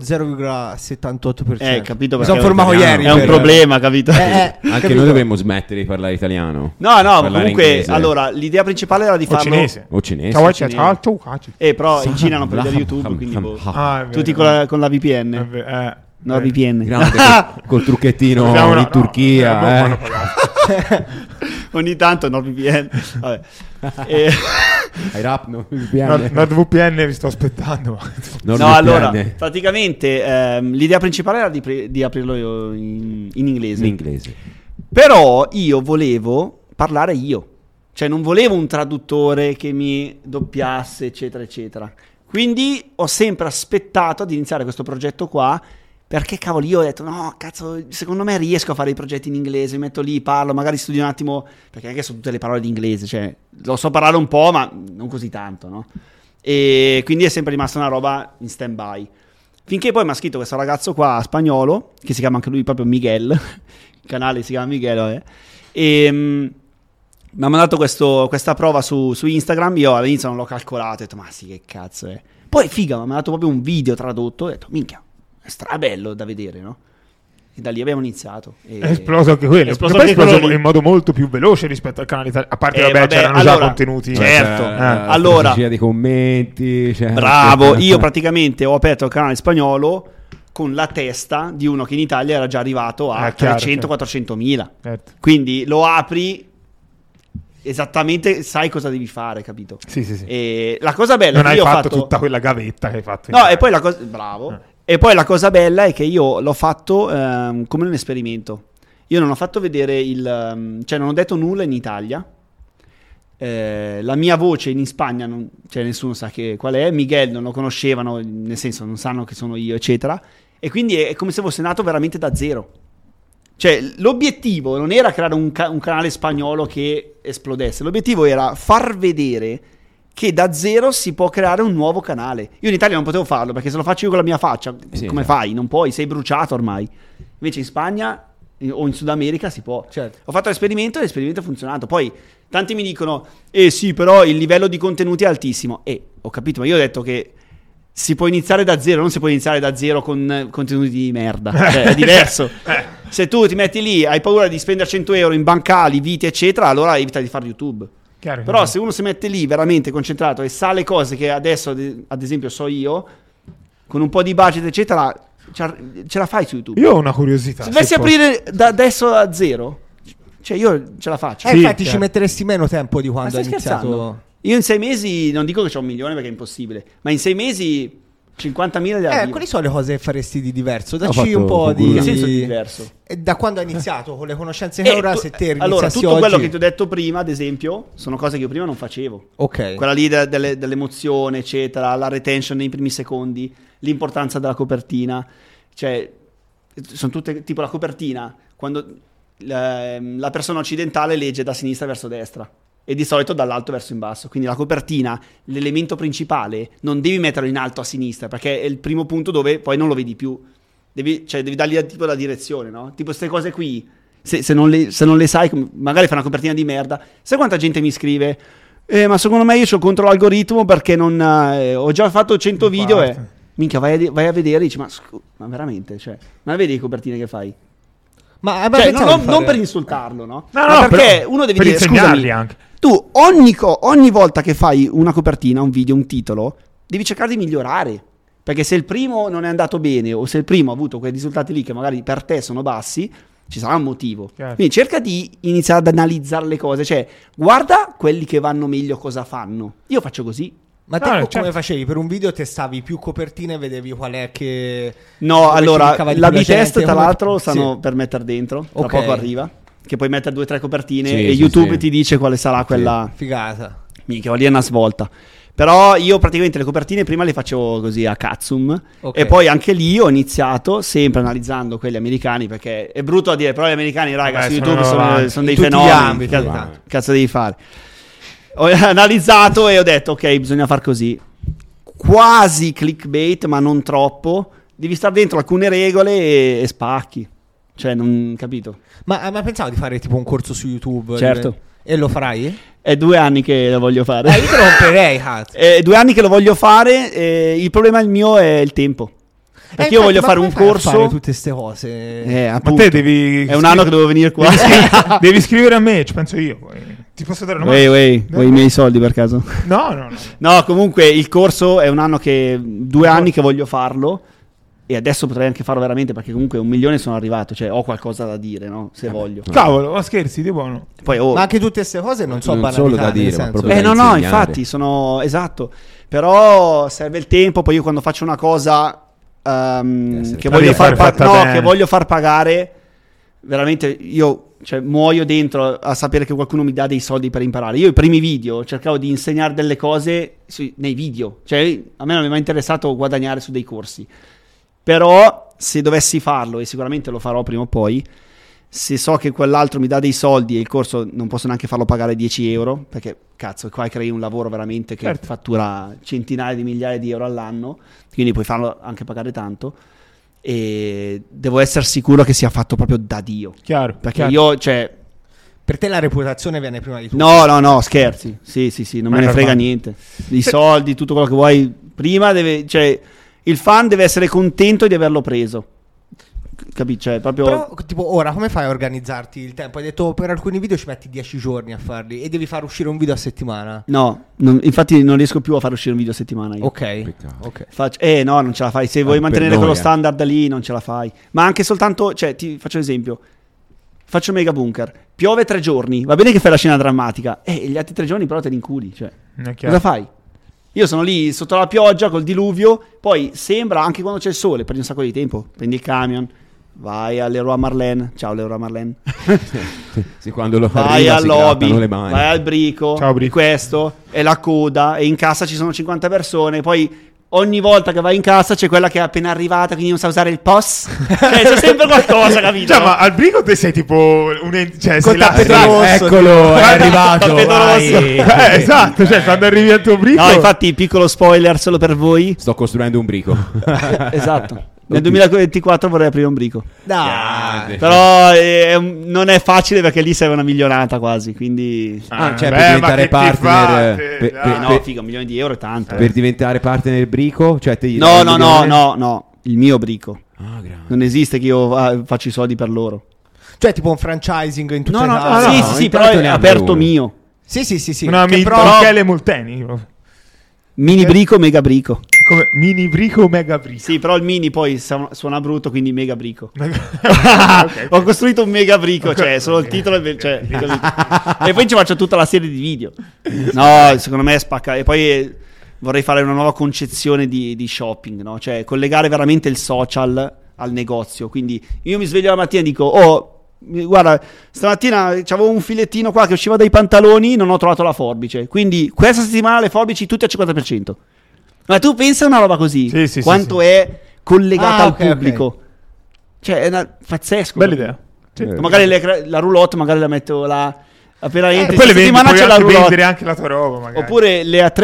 0,78%. capito, Mi perché sono formato l'italiano ieri. è un per- problema, capito? Anche capito? noi dovremmo smettere di parlare italiano. No, Parlare comunque, inglese. allora, l'idea principale era di O farlo... cinese. O cinese. Ciao, cinese. ciao. Però in Cina non puoi vedere YouTube, quindi boh. Ah, è vero. Tutti con la VPN. No, VPN. Grande, col trucchettino Dobbiamo- in no, Turchia. no, fanno pagare. Ogni tanto NordVPN. Vabbè. E- Hai rap, no? VPN. NordVPN vi sto aspettando. Non no, VPN. allora, praticamente l'idea principale era di aprirlo in inglese. In inglese. Però io volevo parlare io. Cioè non volevo un traduttore che mi doppiasse, eccetera, eccetera. Quindi ho sempre aspettato ad iniziare questo progetto qua, perché cavolo io ho detto no, cazzo, secondo me riesco a fare i progetti in inglese, mi metto lì, parlo, magari studio un attimo, perché anche sono tutte le parole di inglese, cioè lo so parlare un po', ma non così tanto, no? E quindi è sempre rimasta una roba in stand by. Finché poi mi ha scritto questo ragazzo qua spagnolo, che si chiama anche lui proprio Miguel, il canale si chiama Miguel, vabbè. mi ha mandato questa prova su Instagram. Io all'inizio non l'ho calcolato, ho detto ma sì, che cazzo è. Poi figa, mi ha mandato proprio un video tradotto, ho detto minchia, è strabello da vedere, no? E da lì abbiamo iniziato. È esploso anche quello. Poi è esploso in modo molto più veloce rispetto al canale italiano. A parte, c'erano già contenuti. Certo. Allora, dei commenti. Bravo, io praticamente ho aperto il canale spagnolo con la testa di uno che in Italia era già arrivato a 300-400 mila. Certo. Quindi lo apri, esattamente sai cosa devi fare, capito? Sì. E la cosa bella non è che hai io ho fatto tutta quella gavetta che hai fatto. No, e poi la cosa... Bravo. E poi la cosa bella è che io l'ho fatto come un esperimento. Io non ho fatto vedere cioè non ho detto nulla in Italia. La mia voce in Spagna, cioè nessuno sa qual è. Miguel non lo conoscevano, nel senso non sanno che sono io, eccetera. E quindi è come se fosse nato veramente da zero. Cioè l'obiettivo non era creare un canale spagnolo che esplodesse. L'obiettivo era far vedere che da zero si può creare un nuovo canale. Io in Italia non potevo farlo, perché se lo faccio io con la mia faccia, come fai? Non puoi, sei bruciato ormai. Invece in Spagna o in Sud America si può. Certo. Ho fatto l'esperimento e l'esperimento ha funzionato. Poi tanti mi dicono sì, però il livello di contenuti è altissimo. Ho capito, ma io ho detto che si può iniziare da zero, non si può iniziare da zero con contenuti di merda. Cioè, è diverso. Se tu ti metti lì, hai paura di spendere 100 euro in bancali, viti, eccetera, allora evita di fare YouTube. Però se uno si mette lì veramente concentrato e sa le cose che adesso ad esempio so io, con un po' di budget eccetera, ce la fai su YouTube. Io ho una curiosità. Se dovessi aprire da adesso a zero, cioè io ce la faccio. Infatti ci metteresti meno tempo di quando hai iniziato. Scherzando? Io in 6 mesi, non dico che c'ho 1 milione perché è impossibile, ma in 6 mesi 50.000 di arrivo. Quali sono le cose che faresti di diverso? Dacci un po' di... Che senso di diverso? E da quando hai iniziato, con le conoscenze che ora, se te allora, tutto oggi... quello che ti ho detto prima, ad esempio, sono cose che io prima non facevo. Ok. Quella lì dell'emozione, eccetera, la retention nei primi secondi, l'importanza della copertina. Cioè, sono tutte... Tipo la copertina, quando la persona occidentale legge da sinistra verso destra. E di solito dall'alto verso in basso. Quindi la copertina, l'elemento principale, non devi metterlo in alto a sinistra, perché è il primo punto dove poi non lo vedi più. Devi dargli tipo la direzione, no? Tipo queste cose qui, se non le sai, magari fai una copertina di merda. Sai quanta gente mi scrive? Ma secondo me io c'ho contro l'algoritmo perché non ho già fatto 100 video e... Minchia, vai a vedere e dici, ma veramente? Cioè, ma vedi le copertine che fai? Ma cioè, non per insultarlo, no? No, ma perché però, uno deve per dire, scusami, anche. Tu ogni volta che fai una copertina, un video, un titolo, devi cercare di migliorare. Perché se il primo non è andato bene o se il primo ha avuto quei risultati lì che magari per te sono bassi, ci sarà un motivo. Certo. Quindi cerca di iniziare ad analizzare le cose. Cioè, guarda quelli che vanno meglio cosa fanno. Io faccio così. Ma te come facevi? Per un video testavi più copertine e vedevi qual è che... No, allora, la B-test tra l'altro stanno per mettere dentro, tra poco arriva. Che puoi mettere 2 o 3 copertine e YouTube ti dice quale sarà quella... Figata. Minchia, lì è una svolta. Però io praticamente le copertine prima le facevo così a cazzum e poi anche lì ho iniziato sempre analizzando quelli americani, perché è brutto a dire, però gli americani, raga, su YouTube sono dei fenomeni. Cazzo devi fare? Ho analizzato e ho detto ok, bisogna far così. Quasi clickbait, ma non troppo. Devi stare dentro alcune regole e spacchi. Cioè, non capito. Ma pensavo di fare tipo un corso su YouTube? Certo. E lo farai? È 2 anni che lo voglio fare. Io te lo romperei, cazzo. È 2 anni che lo voglio fare. Il problema il mio è il tempo. Perché io voglio fare un corso. Fare tutte queste cose. Ma te devi. È un anno che devo venire qua. Devi scrivere a me, ci penso io. Ti posso dare una mano? Vuoi i miei soldi per caso? No. No, comunque il corso è un anno che. 2 anni che voglio farlo. E adesso potrei anche farlo veramente, perché comunque 1 milione sono arrivato, cioè ho qualcosa da dire, no? Se voglio. Cavolo, ma scherzi, di buono. Poi, ma anche tutte queste cose non so banalità, solo da dire, ma proprio da no, infatti sono esatto. Però serve il tempo, poi io quando faccio una cosa che voglio che voglio far pagare, veramente io muoio dentro a sapere che qualcuno mi dà dei soldi per imparare. Io i primi video cercavo di insegnare delle cose nei video, cioè a me non mi è mai interessato guadagnare su dei corsi. Però se dovessi farlo, e sicuramente lo farò prima o poi, se so che quell'altro mi dà dei soldi e il corso non posso neanche farlo pagare 10 euro, perché cazzo, qua crei un lavoro veramente che fattura centinaia di migliaia di euro all'anno, quindi puoi farlo anche pagare tanto, e devo essere sicuro che sia fatto proprio da Dio. Chiaro. Perché io, Per te la reputazione viene prima di tutto? No, scherzi. Sì, non me ne frega niente. I soldi, tutto quello che vuoi. Prima il fan deve essere contento di averlo preso. Capisci? Cioè, proprio... Però, tipo, ora come fai a organizzarti il tempo? Hai detto per alcuni video ci metti 10 giorni a farli e devi far uscire un video a settimana. No, infatti non riesco più a far uscire un video a settimana io. Ok. No, non ce la fai. Se vuoi mantenere quello standard lì, non ce la fai. Ma anche soltanto, cioè, ti faccio un esempio. Faccio Mega Bunker. Piove 3 giorni. Va bene che fai la scena drammatica. Gli altri 3 giorni però te li inculi. Cioè, cosa fai? Io sono lì sotto la pioggia col diluvio. Poi sembra, anche quando c'è il sole, prendi un sacco di tempo. Prendi il camion, vai all'Leroy Merlin. Ciao Leroy Merlin. Sì, quando lo vai al lobby, le mani. vai al Brico. Ciao, Brico. Questo è la coda. E in cassa ci sono 50 persone. Poi ogni volta che vai in cassa c'è quella che è appena arrivata, quindi non sa usare il POS. C'è sempre qualcosa, capito? Cioè, ma al Brico te sei tipo cioè, sei là, eccolo, è arrivato. Esatto, cioè quando arrivi al tuo Brico. No, infatti, piccolo spoiler solo per voi. Sto costruendo un brico. Esatto. Nel 2024 vorrei aprire un Brico. Dai. Però non è facile perché lì serve una milionata quasi. Quindi per diventare partner. no, figa, 1 milione di euro è tanto. Per diventare partner del brico? Cioè, No. Il mio Brico. Grande. Non esiste che io faccio i soldi per loro. Cioè tipo un franchising in tutte le No, sì, però è aperto mio. Sì. Una però... Michele Molteni. Mini Brico, Mega Brico. Come mini Brico, Mega Brico. Sì, però il mini poi suona brutto, quindi Mega Brico. Okay. Ho costruito un Mega Brico, cioè solo il titolo cioè, così. E poi ci faccio tutta la serie di video. No, secondo me è spacca. E poi vorrei fare una nuova concezione di shopping, no? Cioè collegare veramente il social al negozio. Quindi io mi sveglio la mattina e dico: guarda, stamattina c'avevo un filettino qua che usciva dai pantaloni, non ho trovato la forbice, quindi questa settimana le forbici tutte al 50%. Ma tu pensa a una roba così, quanto è collegata al pubblico. Okay. Cioè è pazzesco. Bella idea. Sì. Magari la roulotte magari la metto là appena poi le settimana c'è la roulotte, vendere anche la tua roba magari. Oppure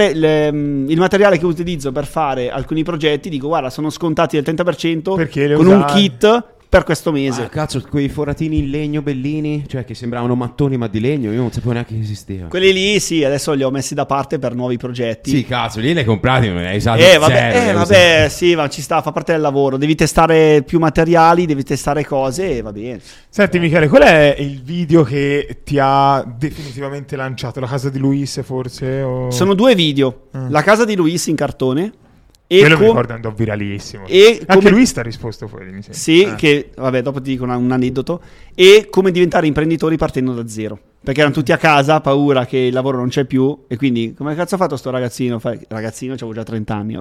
il materiale che utilizzo per fare alcuni progetti, dico guarda, sono scontati del 30% con un kit per questo mese. Cazzo, quei foratini in legno bellini, cioè che sembravano mattoni ma di legno, io non sapevo neanche che esistevano. Quelli lì sì, adesso li ho messi da parte per nuovi progetti. Sì, cazzo, lì li hai comprati, non li hai usati vabbè, sì, ma ci sta, fa parte del lavoro. Devi testare più materiali, devi testare cose e va bene. Senti Michele, qual è il video che ti ha definitivamente lanciato? La casa di Luis forse? O... Sono 2 video. La casa di Luis in cartone. Quello mi ricordo, andò viralissimo. Anche lui sta risposto fuori, mi sembra. Sì, che vabbè, dopo ti dico un aneddoto. E come diventare imprenditori partendo da zero. Perché erano tutti a casa, paura che il lavoro non c'è più. E quindi, come cazzo ha fatto sto ragazzino? Ragazzino, c'avevo già 30 anni.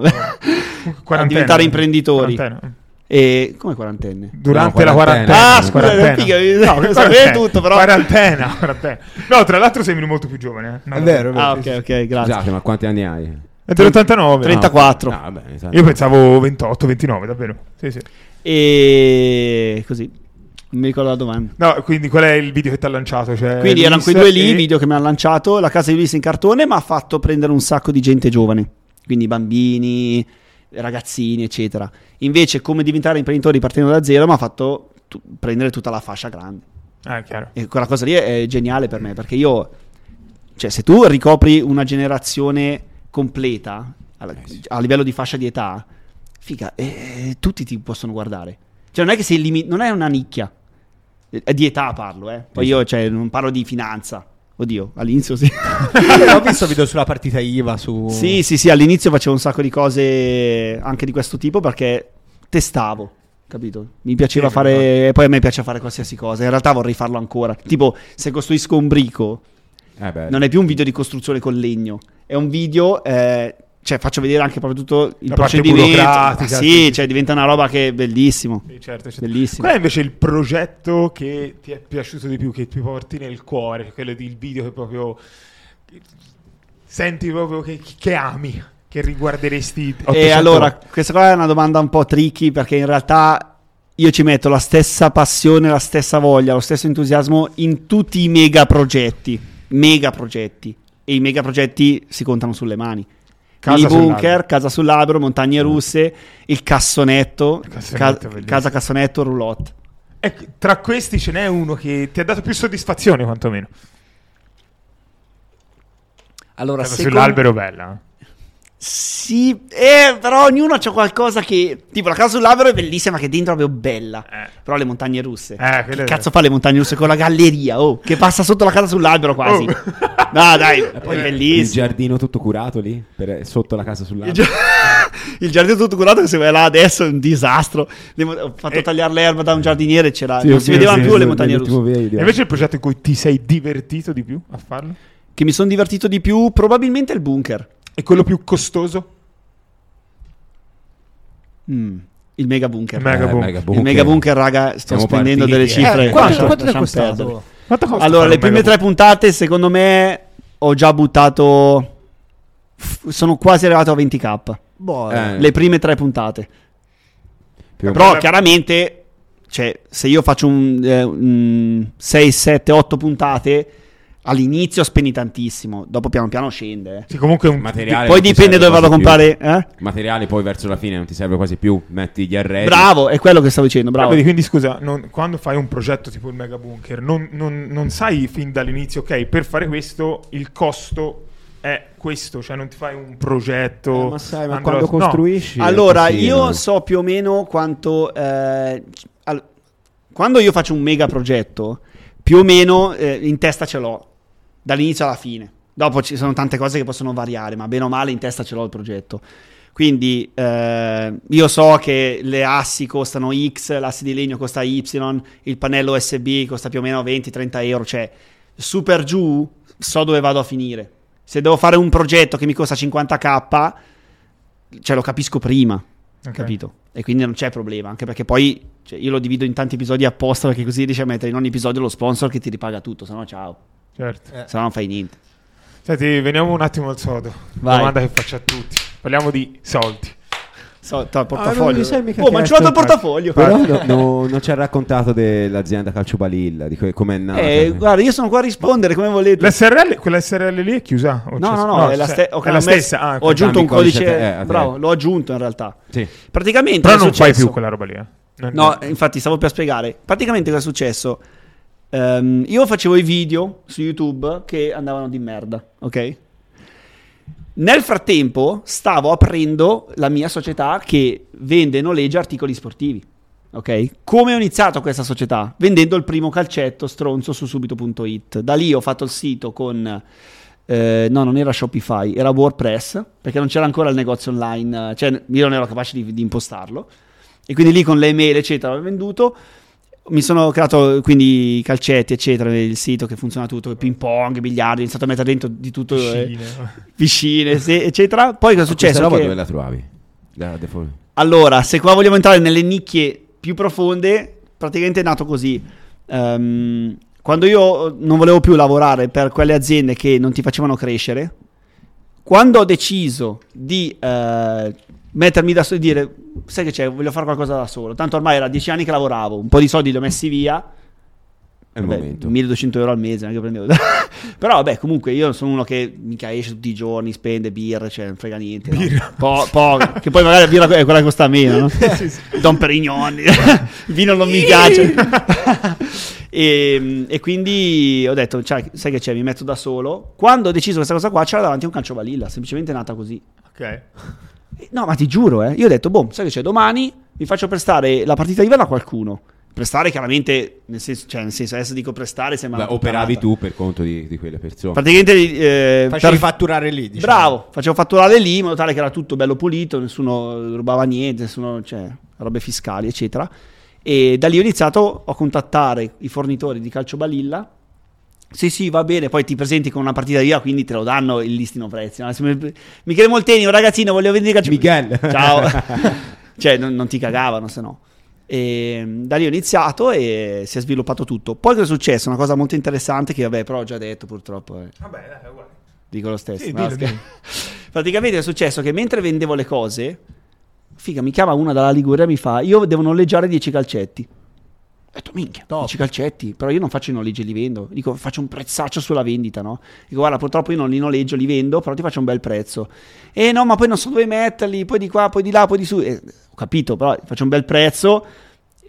A diventare imprenditori. E come quarantenne? Durante la quarantena. No, sapevo tutto, però. Quarantena. No, tra l'altro sei molto più giovane. È vero. Ok, grazie. Scusate, ma quanti anni hai? È dell'89. 34. Vabbè, esatto. Io pensavo 28, 29, davvero. Sì. E così. Non mi ricordo la domanda. No, quindi qual è il video che ti ha lanciato? Cioè, quindi erano quei 2 lì, i video che mi hanno lanciato. La casa di Luis in cartone mi ha fatto prendere un sacco di gente giovane. Quindi bambini, ragazzini, eccetera. Invece, come diventare imprenditori partendo da zero, mi ha fatto prendere tutta la fascia grande. Chiaro. E quella cosa lì è geniale per me, perché io... Cioè, se tu ricopri una generazione completa a livello di fascia di età, figa, tutti ti possono guardare. Cioè non è che sei non è una nicchia di età, parlo poi io non parlo di finanza. Oddio, all'inizio sì. Ho visto video sulla partita IVA sì, all'inizio facevo un sacco di cose anche di questo tipo perché testavo, capito? Mi piaceva fare, poi a me piace fare qualsiasi cosa. In realtà vorrei farlo ancora. Tipo, se costruisco un brico non è più un video di costruzione con legno, è un video, cioè faccio vedere anche proprio tutto il procedimento. Sì, cioè diventa una roba che è bellissimo. Sì, certo. Bellissimo. Qual è invece il progetto che ti è piaciuto di più, che ti porti nel cuore? Quello del video che proprio senti proprio che ami, che riguarderesti 800 E allora, questa qua è una domanda un po' tricky, perché in realtà io ci metto la stessa passione, la stessa voglia, lo stesso entusiasmo in tutti i mega progetti. E i mega progetti si contano sulle mani. Mini bunker, casa sull'albero, montagne russe, il cassonetto, casa cassonetto, roulotte. Tra questi ce n'è uno che ti ha dato più soddisfazione, quantomeno. Allora, sull'albero bella. Sì, però ognuno c'ha qualcosa che... Tipo, la casa sull'albero è bellissima, che dentro è proprio bella. Però le montagne russe. Che cazzo fa le montagne russe con la galleria? Che passa sotto la casa sull'albero quasi. No, dai, poi è bellissimo. Il giardino tutto curato lì, sotto la casa sull'albero. Il giardino tutto curato, che se vai là adesso è un disastro. Ho fatto tagliare l'erba da un giardiniere e non si vedevano più le montagne russe. E invece il progetto in cui ti sei divertito di più a farlo? Che mi sono divertito di più, probabilmente il bunker. E quello più costoso? Il mega bunker. Il mega bunker, raga, stiamo spendendo delle cifre. Quanto è costato? Allora, le prime 3 puntate, secondo me, ho già buttato... Sono quasi arrivato a 20k. Le prime 3 puntate. Però chiaramente, cioè, se io faccio un 6, 7, 8 puntate... All'inizio spendi tantissimo, dopo piano piano scende. Sì, comunque un materiale. Poi dipende dove vado a comprare. Materiale poi verso la fine non ti serve quasi più. Metti gli arredi. Bravo, è quello che stavo dicendo. Bravo. Quindi scusa, quando fai un progetto tipo il Mega Bunker, non sai fin dall'inizio, ok, per fare questo il costo è questo, cioè non ti fai un progetto. Ma sai, ma quando costruisci. Allora, io so più o meno quanto. Quando io faccio un mega progetto, più o meno in testa ce l'ho. Dall'inizio alla fine. Dopo ci sono tante cose che possono variare, ma bene o male in testa ce l'ho il progetto. Quindi io so che le assi costano X, l'asse di legno costa Y, il pannello USB costa più o meno 20-30 euro. Cioè, su per giù so dove vado a finire. Se devo fare un progetto che mi costa 50k, cioè lo capisco prima. Capito? E quindi non c'è problema. Anche perché poi io lo divido in tanti episodi apposta, perché così riesci a mettere in ogni episodio lo sponsor che ti ripaga tutto. Se no, ciao. Certo. Se no non fai niente. Senti, veniamo un attimo al sodo. Vai. Domanda che faccio a tutti. Parliamo di soldi. Portafoglio. Ma ci vado il portafoglio. Però non ci ha raccontato dell'azienda Calcio Balilla, di come è nata. Guarda, io sono qua a rispondere come volete. L'SRL, quella SRL lì è chiusa? No, è la stessa. Ho aggiunto un codice. Bravo, l'ho aggiunto in realtà. Sì. Praticamente. Però non fai più quella roba lì. No, infatti stavo per spiegare. Praticamente cosa è successo? Io facevo i video su YouTube che andavano di merda, ok? Nel frattempo stavo aprendo la mia società che vende e noleggia articoli sportivi, ok? Come ho iniziato questa società? Vendendo il primo calcetto stronzo su subito.it. Da lì ho fatto il sito con... no, non era Shopify, era WordPress, perché non c'era ancora il negozio online, cioè io non ero capace di impostarlo. E quindi lì con le email eccetera ho venduto. Mi sono creato quindi i calcetti eccetera, il sito che funziona tutto, ping pong, biliardi, ho iniziato a mettere dentro di tutto, piscine sì, eccetera. Poi cosa è successo? Questa roba dove la trovavi? Allora, se qua vogliamo entrare nelle nicchie più profonde, praticamente è nato così. Quando io non volevo più lavorare per quelle aziende che non ti facevano crescere, quando ho deciso di mettermi da solo e dire sai che c'è, voglio fare qualcosa da solo, tanto ormai era 10 anni che lavoravo, un po' di soldi li ho messi via, è il momento. 1200 euro al mese che prendevo. Però vabbè, comunque io sono uno che mica esce tutti i giorni, spende birra, cioè non frega niente, no? Che poi magari la birra è quella che costa meno, no? Sì. Don Perignon, il vino non mi piace. E quindi ho detto, sai che c'è, mi metto da solo. Quando ho deciso questa cosa qua c'era davanti un calcio balilla, semplicemente è nata così. Ok. No, ma ti giuro, io ho detto, sai che c'è, domani mi faccio prestare la partita IVA da qualcuno. Prestare chiaramente, nel senso adesso dico prestare, sembra operavi tu per conto di quelle persone. Praticamente facevi fatturare lì, diciamo. Bravo, facevo fatturare lì in modo tale che era tutto bello pulito, nessuno rubava niente, cioè robe fiscali, eccetera. E da lì ho iniziato a contattare i fornitori di calcio balilla. Sì, va bene, poi ti presenti con una partita via, quindi te lo danno il listino prezzi. No? Michele Molteni, un ragazzino, voglio vendere calcio. Miguel. Ciao. Cioè, non ti cagavano, se no. E da lì ho iniziato e si è sviluppato tutto. Poi cosa è successo? Una cosa molto interessante che, vabbè, però ho già detto purtroppo. Vabbè, dai, uguale. Dico lo stesso. Sì, no, dillo. Praticamente è successo che mentre vendevo le cose, mi chiama una dalla Liguria e mi fa, io devo noleggiare 10 calcetti. Ho detto, minchia, 10 calcetti, però io non faccio i noleggi e li vendo. Dico, faccio un prezzaccio sulla vendita, no? Dico, guarda, purtroppo io non li noleggio, li vendo, però ti faccio un bel prezzo. No, ma poi non so dove metterli, poi di qua, poi di là, poi di su. Ho capito, però faccio un bel prezzo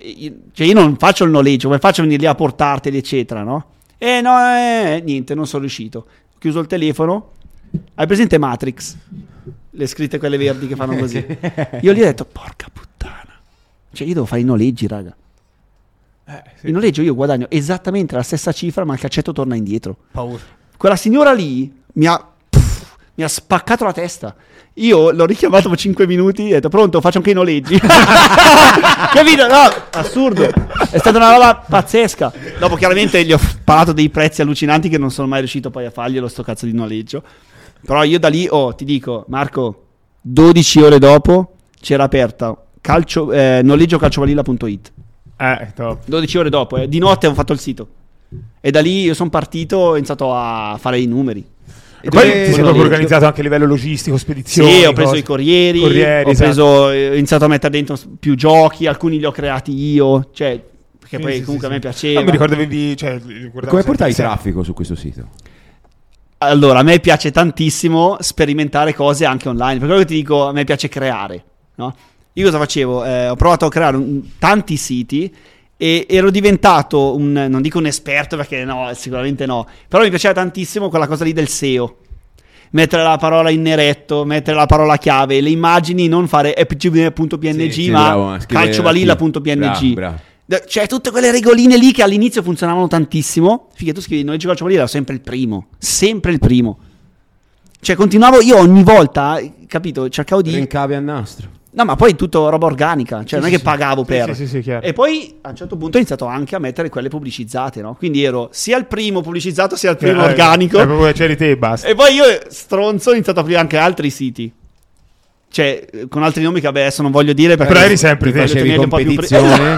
io non faccio il noleggio, come faccio a venire lì a portarteli, eccetera, no? Niente, non sono riuscito. Ho chiuso il telefono. Hai presente Matrix? Le scritte quelle verdi che fanno così. Io gli ho detto, porca puttana. Cioè, io devo fare i noleggi, raga. Sì. In noleggio io guadagno esattamente la stessa cifra, ma il caccetto torna indietro. Paura. Quella signora lì mi ha spaccato la testa. Io l'ho richiamato per 5 minuti e ho detto, pronto, faccio anche i noleggi. Capito? No, assurdo. È stata una roba pazzesca. Dopo chiaramente gli ho parlato dei prezzi allucinanti che non sono mai riuscito poi a farglielo sto cazzo di noleggio. Però io da lì, ti dico, Marco, 12 ore dopo c'era aperta noleggio calciovalilla.it. Top. 12 ore dopo, di notte ho fatto il sito. E da lì io sono partito, ho iniziato a fare i numeri. E poi ti sei proprio organizzato anche a livello logistico, spedizioni. Sì, ho preso i corrieri, ho iniziato a mettere dentro più giochi, alcuni li ho creati io, cioè, perché poi comunque a me piaceva. Mi ricordo come portai traffico su questo sito? Allora, a me piace tantissimo sperimentare cose anche online, per quello che ti dico, a me piace creare, no? Io cosa facevo? Ho provato a creare tanti siti e ero diventato non dico un esperto perché no, sicuramente no, però mi piaceva tantissimo quella cosa lì del SEO. Mettere la parola in neretto, mettere la parola chiave, le immagini, non fare epg.png ma calciovalilla.png. Bravo. Cioè tutte quelle regoline lì che all'inizio funzionavano tantissimo. Figa, tu scrivi noleggio calciovalilla, ero sempre il primo. Cioè continuavo io ogni volta, capito, cercavo di rincavi a nastro. No, ma poi tutto roba organica, cioè non è che pagavo per. Sì, chiaro. E poi a un certo punto ho iniziato anche a mettere quelle pubblicizzate, no? Quindi ero sia il primo pubblicizzato sia il primo organico. Proprio c'eri te e basta. E poi io, stronzo, ho iniziato ad aprire anche altri siti. Cioè, con altri nomi che adesso non voglio dire perché... Però eri sempre te. Facevi competizione,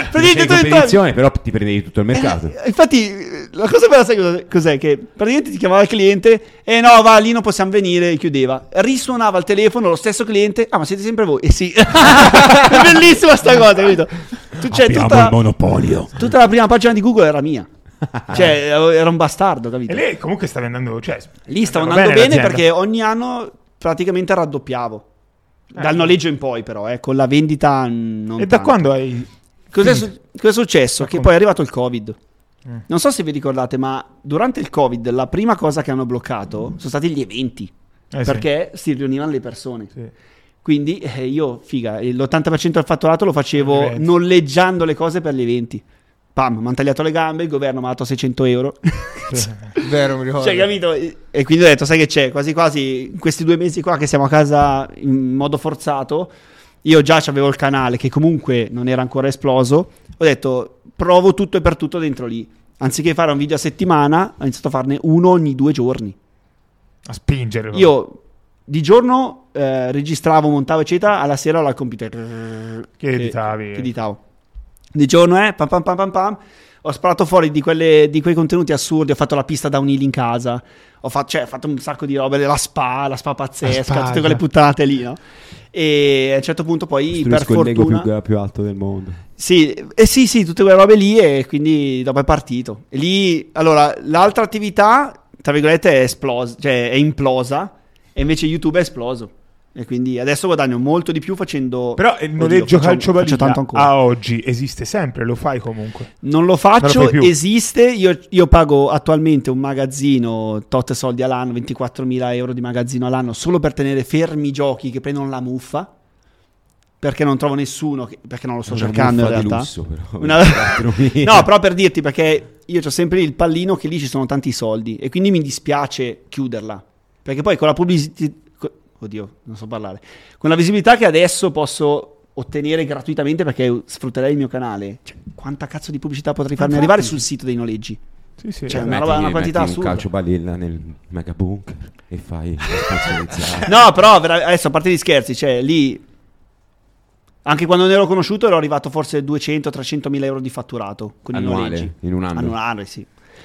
però ti prendevi tutto il mercato. Infatti, la cosa bella sai cos'è? Che praticamente ti chiamava il cliente e no, va, lì non possiamo venire, e chiudeva. Risuonava il telefono, lo stesso cliente, ma siete sempre voi? Sì. È bellissima sta cosa, capito? Abbiamo il monopolio. Tutta la prima pagina di Google era mia. Cioè, era un bastardo, capito? E lei comunque stava andando... Cioè, lì stava andando bene perché ogni anno praticamente raddoppiavo. Dal noleggio in poi però, con la vendita non E tanto. da quando hai... Cos'è successo? Che poi è arrivato il Covid. Non so se vi ricordate, ma durante il Covid la prima cosa che hanno bloccato sono stati gli eventi. Perché si riunivano le persone. Sì. Quindi io, l'80% del fatturato lo facevo noleggiando le cose per gli eventi. Pam, mi hanno tagliato le gambe, il governo mi ha dato 600 euro. Vero, mi ricordo. Cioè, capito? E quindi ho detto, sai che c'è? Quasi quasi in questi 2 mesi qua che siamo a casa in modo forzato, io già avevo il canale che comunque non era ancora esploso, ho detto, provo tutto e per tutto dentro lì. Anziché fare un video a settimana, ho iniziato a farne uno ogni 2 giorni. A spingere. Io di giorno registravo, montavo eccetera, alla sera ero al computer. Che editavo. Di giorno pam. Ho sparato fuori di quei contenuti assurdi. Ho fatto la pista downhill in casa. Ho fatto un sacco di robe. La spa pazzesca, tutte quelle puttanate lì, no? E a un certo punto poi per fortuna il Lego più alto del mondo. Sì, tutte quelle robe lì. E quindi dopo è partito. E lì, allora, l'altra attività, tra virgolette, è esplosa, cioè è implosa. E invece YouTube è esploso. E quindi adesso guadagno molto di più facendo... Però il noleggio calciovalilla a oggi esiste sempre, lo fai comunque? Non lo faccio, esiste. Io pago attualmente un magazzino, tot soldi all'anno, 24.000 euro di magazzino all'anno, solo per tenere fermi i giochi che prendono la muffa. Perché non trovo nessuno, perché non lo sto cercando in realtà. Lusso, però, no, però per dirti, perché io ho sempre il pallino che lì ci sono tanti soldi e quindi mi dispiace chiuderla. Perché poi con la pubblicità... Oddio, non so parlare. Con la visibilità che adesso posso ottenere gratuitamente perché sfrutterei il mio canale, cioè, quanta cazzo di pubblicità potrei farmi arrivare sul sito dei noleggi? Sì. Cioè, una quantità assurda. Un calcio balilla nel mega bunker e fai sponsorizzato. No, però adesso a parte gli scherzi, cioè lì anche quando ne ero conosciuto ero arrivato forse 200-300 mila euro di fatturato con i noleggi. In un anno? Annuale, sì.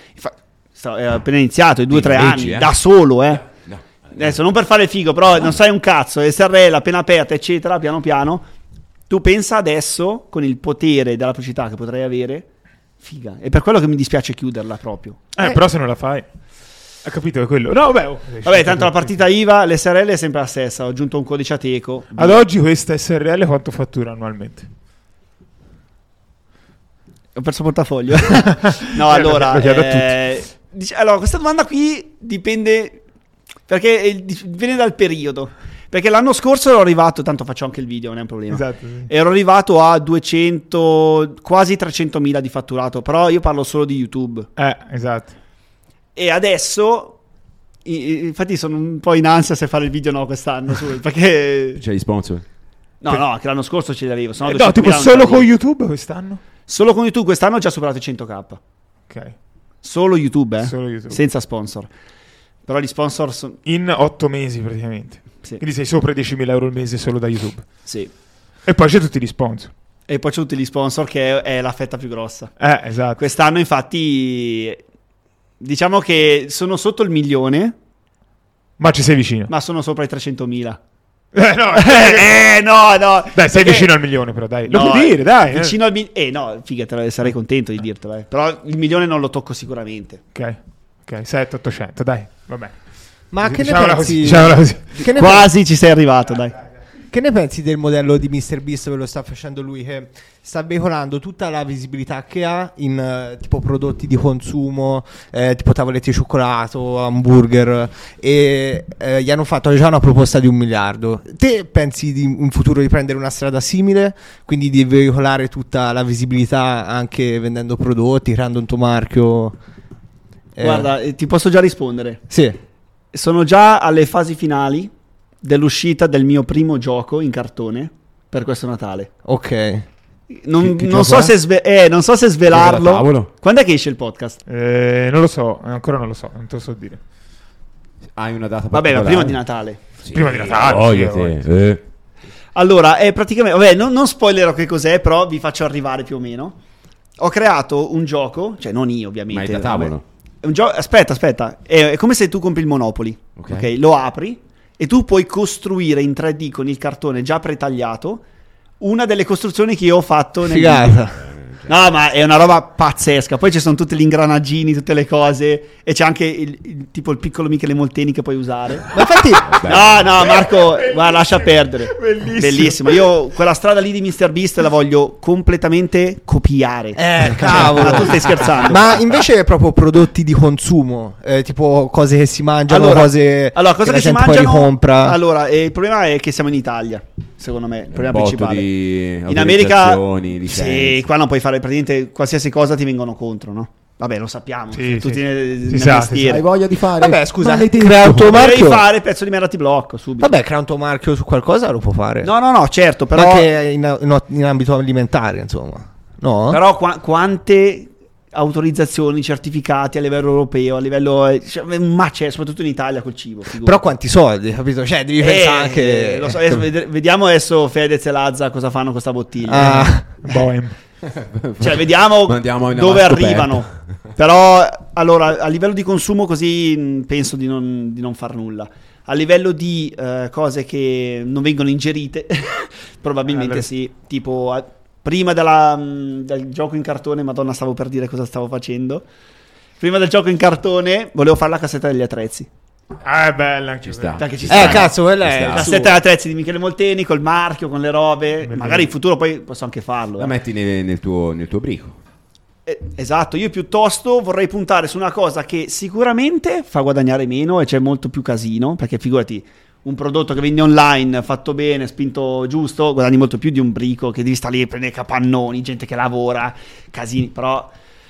È appena iniziato, 2-3 anni, da solo, No. Adesso non per fare figo, però non sai un cazzo, SRL appena aperta, eccetera, piano piano. Tu pensa adesso, con il potere della pubblicità che potrei avere, figa. È per quello che mi dispiace chiuderla proprio. Però se non la fai... Hai capito che è quello? No, vabbè, tanto la partita IVA, l'SRL è sempre la stessa. Ho aggiunto un codice Ateco. Ad oggi questa SRL quanto fattura annualmente? Ho perso portafoglio. No, allora, lo chiedo a tutti. allora, questa domanda qui dipende, perché dipende dal periodo. Perché l'anno scorso ero arrivato, tanto faccio anche il video, non è un problema. Esatto, sì. Ero arrivato a 200, quasi 300.000 di fatturato, però io parlo solo di YouTube. Esatto. E adesso, infatti sono un po' in ansia se fare il video o no quest'anno, perché... C'è gli sponsor? No, anche l'anno scorso ce li avevo. No, tipo solo con YouTube quest'anno? Solo con YouTube quest'anno ho già superato i 100k. Ok. Solo YouTube, Solo YouTube. senza sponsor. Però gli sponsor sono... In 8 mesi praticamente. Sì. Quindi sei sopra i 10.000 euro al mese solo da YouTube. Sì. E poi c'è tutti gli sponsor. E poi c'è tutti gli sponsor, che è la fetta più grossa. Esatto. Quest'anno infatti diciamo che sono sotto il 1.000.000, Ma ci sei vicino. ma sono sopra i 300.000. No. No. Dai, sei vicino al milione però, dai. Lo No, puoi dire, dai. Vicino al no, figata, sarei contento di dirtelo. Però il 1.000.000 non lo tocco sicuramente. Ok, 700-800, dai, vabbè. Ma che ne Diciamola pensi? così, diciamola così. Che ne Quasi ci sei arrivato, dai. Che ne pensi del modello di MrBeast che lo sta facendo lui, che sta veicolando tutta la visibilità che ha in tipo prodotti di consumo, tipo tavolette di cioccolato, hamburger, e gli hanno fatto già una proposta di 1 miliardo. Te pensi in futuro di prendere una strada simile, quindi di veicolare tutta la visibilità anche vendendo prodotti, creando un tuo marchio? Guarda, ti posso già rispondere. Sì. Sono già alle fasi finali dell'uscita del mio primo gioco in cartone per questo Natale. Ok. Non gioco so è? non so se svelarlo. Da tavolo? Quando è che esce il podcast? Non lo so, ancora non lo so, non te lo so dire. Hai una data Vabbè, ma particolare? prima di Natale. Sì. Prima di Natale, Voglia sì, te. Allora, è praticamente... Vabbè, non spoilerò che cos'è, però vi faccio arrivare più o meno. Ho creato un gioco, cioè non io ovviamente. Ma è da tavolo? È un aspetta. È come se tu compri il Monopoly. Ok? Lo apri e tu puoi costruire in 3D con il cartone già pretagliato una delle costruzioni che io ho fatto nel Figata. video. No, ma è una roba pazzesca. Poi ci sono tutti gli ingranaggini, tutte le cose, e c'è anche tipo il piccolo Michele Molteni che puoi usare. Ma infatti No, Marco, guarda, lascia perdere. Bellissimo. Io quella strada lì di MrBeast la voglio completamente copiare. cavolo. Ma tu stai scherzando? Ma invece è proprio prodotti di consumo, tipo cose che si mangiano, cose cosa che la che si gente poi mangiano? ricompra. Allora, il problema è che siamo in Italia, secondo me, il problema principale. Di In America, licenze. sì, qua non puoi fare praticamente qualsiasi cosa, ti vengono contro, no? Vabbè, lo sappiamo, Sì, tutti sì. nel Si sa, mestiere. Hai voglia di fare? Vabbè, scusa, Maledetto. crea un tuo Devi marchio. fare pezzo di merda, ti blocco subito. Vabbè, crea un tuo marchio su qualcosa lo può fare. No, certo, però però anche in ambito alimentare, insomma. No? Però quante autorizzazioni, certificati a livello europeo, a livello ma c'è soprattutto in Italia col cibo, figurati. Però quanti soldi, capito? Cioè, devi pensare anche lo so, adesso vediamo adesso Fedez e Lazza cosa fanno con questa bottiglia. Ah. Bohem. Cioè, vediamo Mandiamo in dove avanti arrivano. Però, allora, a livello di consumo così penso di non far nulla. A livello di cose che non vengono ingerite, probabilmente sì. Tipo, prima del gioco in cartone, madonna, stavo per dire cosa stavo facendo. Prima del gioco in cartone, volevo fare la cassetta degli attrezzi. È bella anche Ci sta. Perché ci sta. Cazzo, quella Ci è sta. la Cassetta sua. degli attrezzi di Michele Molteni, col marchio, con le robe. Bellissimo. Magari in futuro poi posso anche farlo. La metti nel tuo brico. Esatto, io piuttosto vorrei puntare su una cosa che sicuramente fa guadagnare meno e c'è molto più casino, perché figurati, un prodotto che vendi online, fatto bene, spinto giusto, guadagni molto più di un brico che devi stare lì a prendere capannoni, gente che lavora, casini, però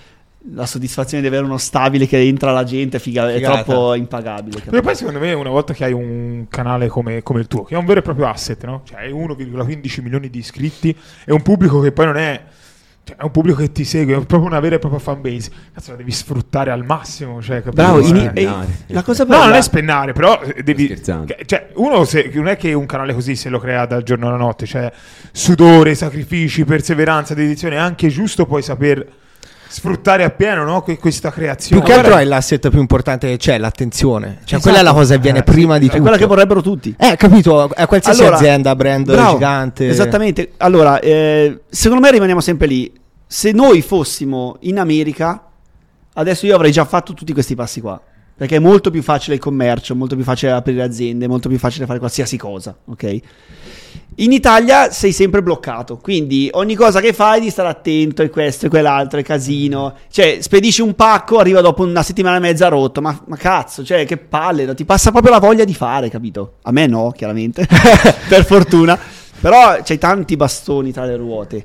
la soddisfazione di avere uno stabile che entra la gente è Figata. troppo impagabile. Perché poi secondo me una volta che hai un canale come il tuo, che è un vero e proprio asset, no? Cioè hai 1,15 milioni di iscritti e un pubblico che poi non è... Cioè, è un pubblico che ti segue, è proprio una vera e propria fanbase. Cazzo, la devi sfruttare al massimo. Cioè, capito? Bravo, Spennare. la cosa No, bella... non è spennare, però devi... Scherzando. Cioè, uno non è che un canale così se lo crea dal giorno alla notte, cioè sudore, sacrifici, perseveranza, dedizione, è anche giusto poi saper sfruttare appieno, no? Questa creazione. Più che altro è l'asset più importante che c'è, l'attenzione. Cioè, Esatto. quella è la cosa che viene prima di è tutto. quella che vorrebbero tutti. Capito? È qualsiasi Allora, azienda, brand bravo, gigante. Esattamente. Allora, secondo me rimaniamo sempre lì. Se noi fossimo in America, adesso io avrei già fatto tutti questi passi qua. Perché è molto più facile il commercio, molto più facile aprire aziende, molto più facile fare qualsiasi cosa, ok? In Italia sei sempre bloccato, quindi ogni cosa che fai devi stare attento, e questo e quell'altro, è casino. Cioè, spedisci un pacco, arriva dopo una settimana e mezza rotto, ma cazzo, cioè, che palle, ti passa proprio la voglia di fare, capito? A me no, chiaramente, per fortuna, però c'hai tanti bastoni tra le ruote.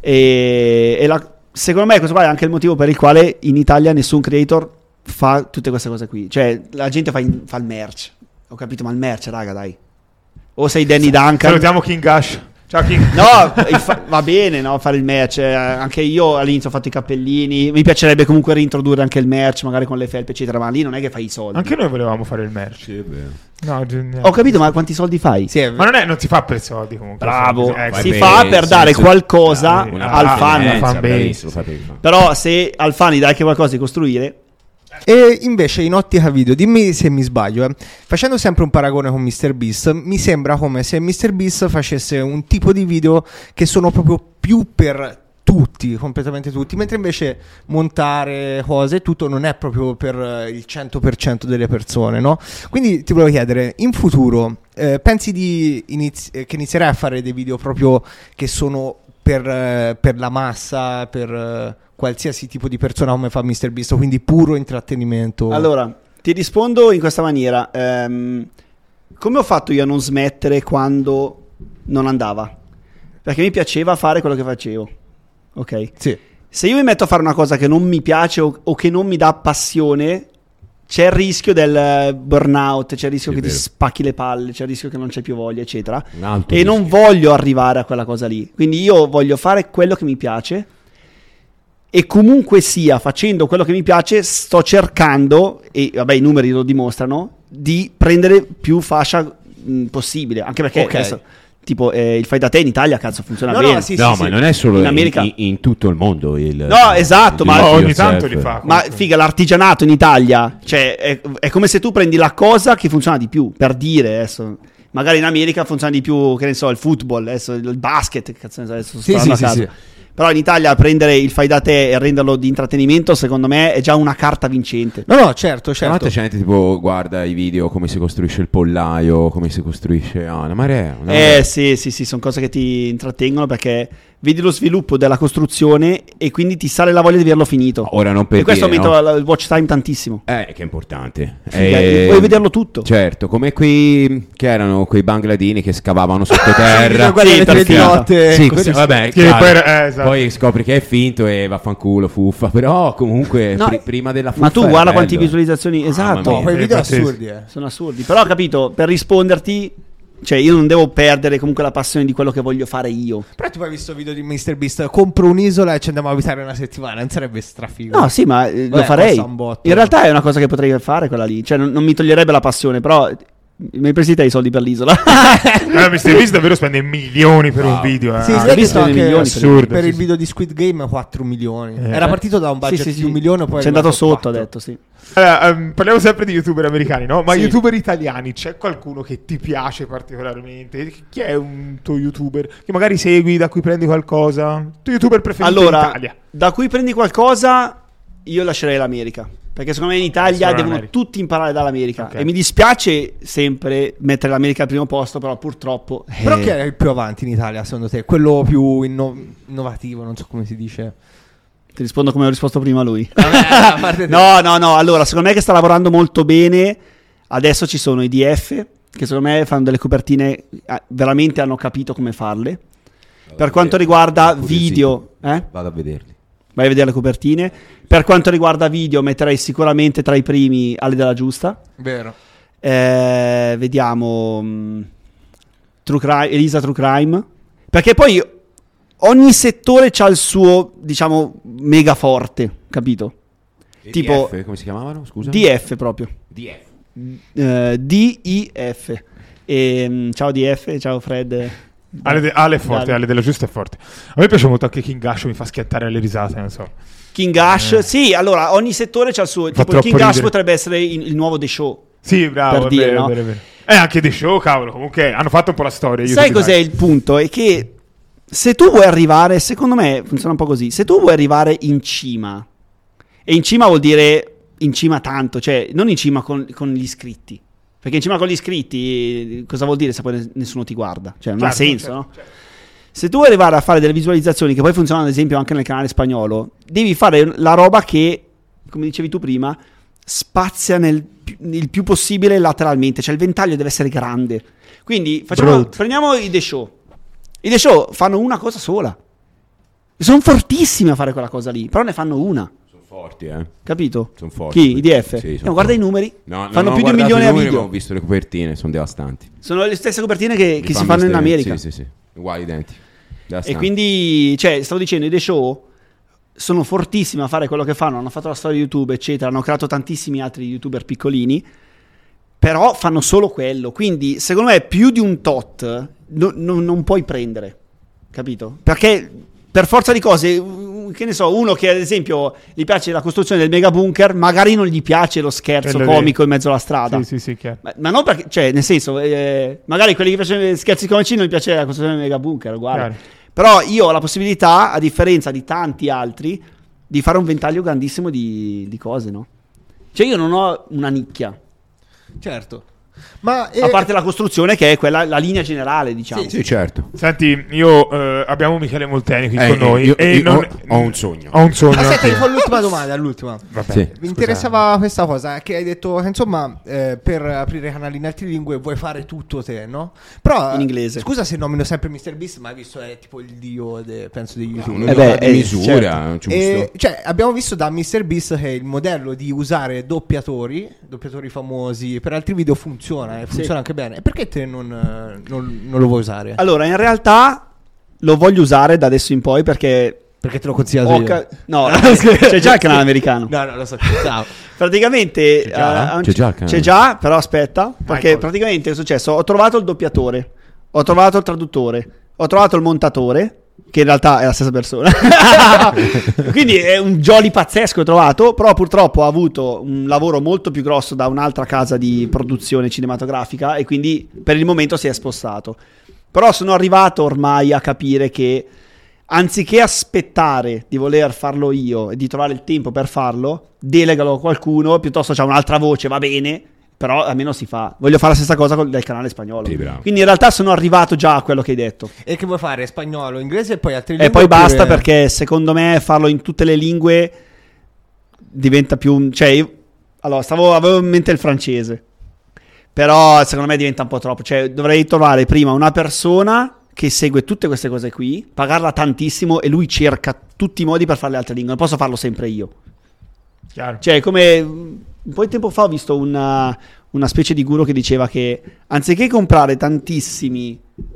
Secondo me questo qua è anche il motivo per il quale in Italia nessun creator fa tutte queste cose qui. Cioè, la gente fa il merch, ho capito, ma il merch, raga, dai. O sei Danny Duncan. Salutiamo King Ash. Ciao King. No, va bene, no, fare il merch. Anche io all'inizio ho fatto i cappellini. Mi piacerebbe comunque reintrodurre anche il merch, magari con le felpe, eccetera. Ma lì non è che fai i soldi. Anche noi volevamo fare il merch. Sì, è vero. No, ho capito, ma quanti soldi fai? Sì, ma non si fa per soldi comunque. Bravo, si beh, fa per dare qualcosa una al fan. fanbase. Però se al fan gli dai anche qualcosa di costruire. E invece in ottica video, dimmi se mi sbaglio, facendo sempre un paragone con MrBeast, mi sembra come se MrBeast facesse un tipo di video che sono proprio più per tutti, completamente tutti, mentre invece montare cose tutto non è proprio per il 100% delle persone, no? Quindi ti volevo chiedere, in futuro pensi che inizierai a fare dei video proprio che sono per la massa, per qualsiasi tipo di persona come fa MrBeast, quindi puro intrattenimento? Allora, ti rispondo in questa maniera. Come ho fatto io a non smettere quando non andava? Perché mi piaceva fare quello che facevo, ok? Sì. Se io mi metto a fare una cosa che non mi piace o che non mi dà passione, c'è il rischio del burnout, c'è il rischio che ti spacchi le palle, c'è il rischio che non c'è più voglia, eccetera. E non voglio arrivare a quella cosa lì. Quindi io voglio fare quello che mi piace. E comunque sia, facendo quello che mi piace, sto cercando, e vabbè i numeri lo dimostrano, di prendere più fascia possibile. Anche perché adesso, tipo il fai da te in Italia, cazzo, funziona bene. Ma non è solo in America, in tutto il mondo. No, esatto, ma ogni tanto li fa. Ma figa, l'artigianato in Italia, cioè è come se tu prendi la cosa che funziona di più, per dire adesso. Magari in America funziona di più, che ne so, il football, adesso il basket, cazzo ne so, adesso sì. Però in Italia prendere il fai da te e renderlo di intrattenimento, secondo me, è già una carta vincente. No, certo. C'è gente tipo guarda i video come si costruisce il pollaio, come si costruisce una marea. Sì, sono cose che ti intrattengono perché vedi lo sviluppo della costruzione e quindi ti sale la voglia di averlo finito. Ora non per e questo dire, aumenta il watch time tantissimo. Che è importante. Puoi vederlo tutto. Certo, come che erano quei bangladini che scavavano sottoterra. Poi scopri che è finto e vaffanculo, fuffa. Però comunque prima della fuffa. Ma tu guarda quanti visualizzazioni. Esatto. Quei video assurdi. Sono assurdi. Però ho capito, per risponderti, cioè io non devo perdere comunque la passione di quello che voglio fare io. Però tu hai visto video di MrBeast, compro un'isola e ci andiamo a abitare una settimana, non sarebbe strafigo? No, sì, ma lo farei. In realtà è una cosa che potrei fare quella lì. Cioè non mi toglierebbe la passione, però mi hai presi te i soldi per l'isola? MrBeast davvero spende milioni per un video. Sì, hai visto anche assurdo, per il video di Squid Game 4 milioni. Era partito da un budget di 1 milione, poi c'è andato sotto, ha detto, sì. Parliamo sempre di youtuber americani, no? Ma sì. Youtuber italiani, c'è qualcuno che ti piace particolarmente? Chi è un tuo youtuber che magari segui, da cui prendi qualcosa? Il tuo youtuber preferito in Italia? Da cui prendi qualcosa, io lascerei l'America. Perché secondo me in Italia devono tutti imparare dall'America. E mi dispiace sempre mettere l'America al primo posto, però purtroppo. Però chi è il più avanti in Italia, secondo te? Quello più innovativo, non so come si dice. Ti rispondo come ho risposto prima lui. No. Allora, secondo me che sta lavorando molto bene. Adesso ci sono i DF, che secondo me fanno delle copertine, veramente hanno capito come farle. Per quanto riguarda video, vado a vederli. Vai a vedere le copertine. Per quanto riguarda video, metterei sicuramente tra i primi Ale della Giusta. Vero. Vediamo Elisa True Crime. Perché poi ogni settore c'ha il suo, diciamo, mega forte, capito? Tipo DF, come si chiamavano? Scusa. DF proprio. DF. DIF. Ciao DF, ciao Fred. Ale è forte, Ale della Giusta è forte. A me piace molto anche King Ash, mi fa schiattare alle risate, non so. King Ash, sì, allora ogni settore c'ha il suo. Tipo King Ash potrebbe essere il nuovo The Show. Sì, bravo, per dire, no? vero. Anche The Show, cavolo, comunque hanno fatto un po' la storia. Sai cos'è il punto? È che se tu vuoi arrivare, secondo me funziona un po' così, se tu vuoi arrivare in cima, e in cima vuol dire in cima tanto, cioè non in cima con gli iscritti, Perché in cima con gli iscritti cosa vuol dire se poi nessuno ti guarda? Cioè non ha senso, no? Certo. Se tu vuoi arrivare a fare delle visualizzazioni che poi funzionano ad esempio anche nel canale spagnolo, devi fare la roba che, come dicevi tu prima, spazia il più possibile lateralmente, cioè il ventaglio deve essere grande. Quindi prendiamo i The Show. I The Show fanno una cosa sola. Sono fortissimi a fare quella cosa lì, però ne fanno una. Sono forti, Capito? Sono forti. Chi? I DF? Sì, guarda i numeri. Fanno più di 1 milione milione a video. Ho visto le copertine, sono devastanti. Sono le stesse copertine che si fanno in America. Sì. Uguali, identici. E quindi, cioè, stavo dicendo, i The Show sono fortissimi a fare quello che fanno. Hanno fatto la storia di YouTube, eccetera. Hanno creato tantissimi altri YouTuber piccolini. Però fanno solo quello. Quindi, secondo me, più di un tot non puoi prendere. Capito? Perché per forza di cose, che ne so, uno che ad esempio gli piace la costruzione del mega bunker, magari non gli piace lo scherzo comico in mezzo alla strada. Sì, chiaro. Ma non perché, cioè, nel senso, magari quelli che piacciono scherzi comici non gli piace la costruzione del mega bunker, guarda. Chiaro. Però io ho la possibilità, a differenza di tanti altri, di fare un ventaglio grandissimo di cose, no? Cioè io non ho una nicchia. Certo. Ma a parte la costruzione, che è quella, la linea generale, diciamo. Sì, certo. Senti, io abbiamo Michele Molteni qui con noi. Io ho un sogno. Aspetta, ti fa l'ultima domanda. Vabbè, sì. Mi interessava questa cosa, che hai detto che insomma per aprire canali in altre lingue vuoi fare tutto te, no? Però in inglese. Scusa se nomino sempre MrBeast, ma hai visto è tipo il dio penso di YouTube. Di misura, certo. Giusto. Cioè abbiamo visto da MrBeast che il modello di usare doppiatori famosi per altri video funziona anche bene. E perché te non lo vuoi usare? Allora, in realtà lo voglio usare da adesso in poi perché te l'ho consigliato io. No, c'è già il canale americano. No, lo so. Praticamente c'è già, però aspetta, perché praticamente è successo, ho trovato il doppiatore, ho trovato il traduttore, ho trovato il montatore, che in realtà è la stessa persona. Quindi è un jolly pazzesco ho trovato, però purtroppo ha avuto un lavoro molto più grosso da un'altra casa di produzione cinematografica e quindi per il momento si è spostato. Però sono arrivato ormai a capire che anziché aspettare di voler farlo io e di trovare il tempo per farlo, delegalo a qualcuno, piuttosto c'ha un'altra voce, va bene, però almeno si fa. Voglio fare la stessa cosa del canale spagnolo. Sì, bravo. Quindi in realtà sono arrivato già a quello che hai detto. E che vuoi fare? Spagnolo, inglese e poi altre lingue? E poi basta, perché secondo me farlo in tutte le lingue diventa più... Cioè, avevo in mente il francese, però secondo me diventa un po' troppo. Cioè, dovrei trovare prima una persona che segue tutte queste cose qui, pagarla tantissimo e lui cerca tutti i modi per fare le altre lingue. Non posso farlo sempre io. Chiaro. Cioè, come un po' di tempo fa ho visto una specie di guru che diceva che anziché comprare tantissimi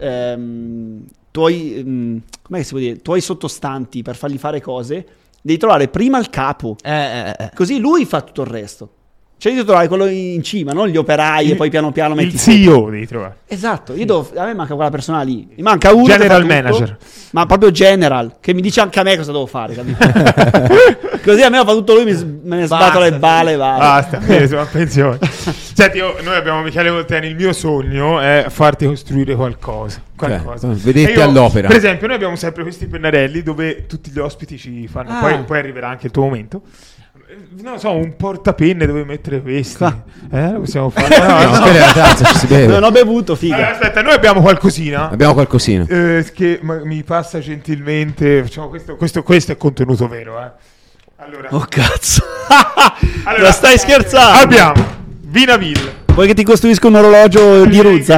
tuoi sottostanti per fargli fare cose, devi trovare prima il capo. Così lui fa tutto il resto. Cioè devi trovare quello in cima, non gli operai e poi piano piano metti il CEO devi trovare. Esatto, a me manca quella persona lì. Mi manca uno general manager, ma proprio general, che mi dice anche a me cosa devo fare, capito? Così a me fa tutto lui, me ne sbatto le balle. Basta, sono a pensione. Senti, noi abbiamo Michele Molteni. Il mio sogno è farti costruire qualcosa. Vedete all'opera. Per esempio, noi abbiamo sempre questi pennarelli dove tutti gli ospiti ci fanno. Poi arriverà anche il tuo momento. Non so, un portapenne dove mettere questi. Lo possiamo fare. Non ho bevuto, figa. Allora, aspetta, noi abbiamo qualcosina. Che mi passa gentilmente. Facciamo questo è contenuto vero, Allora. Oh cazzo. Allora, stai scherzando? Abbiamo Vinaville. Vuoi che ti costruisca un orologio di Ruzza?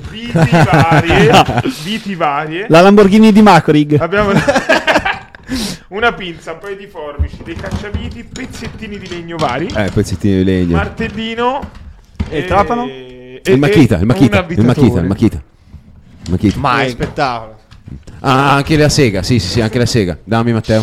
Viti varie. La Lamborghini di Macorig. Abbiamo una pinza, un paio di forbici, dei cacciaviti, pezzettini di legno vari. Pezzettini di legno. Martellino. E il trapano? Il macchita. Ma è spettacolo. Anche la sega. Sì, anche la sega. Dammi Matteo.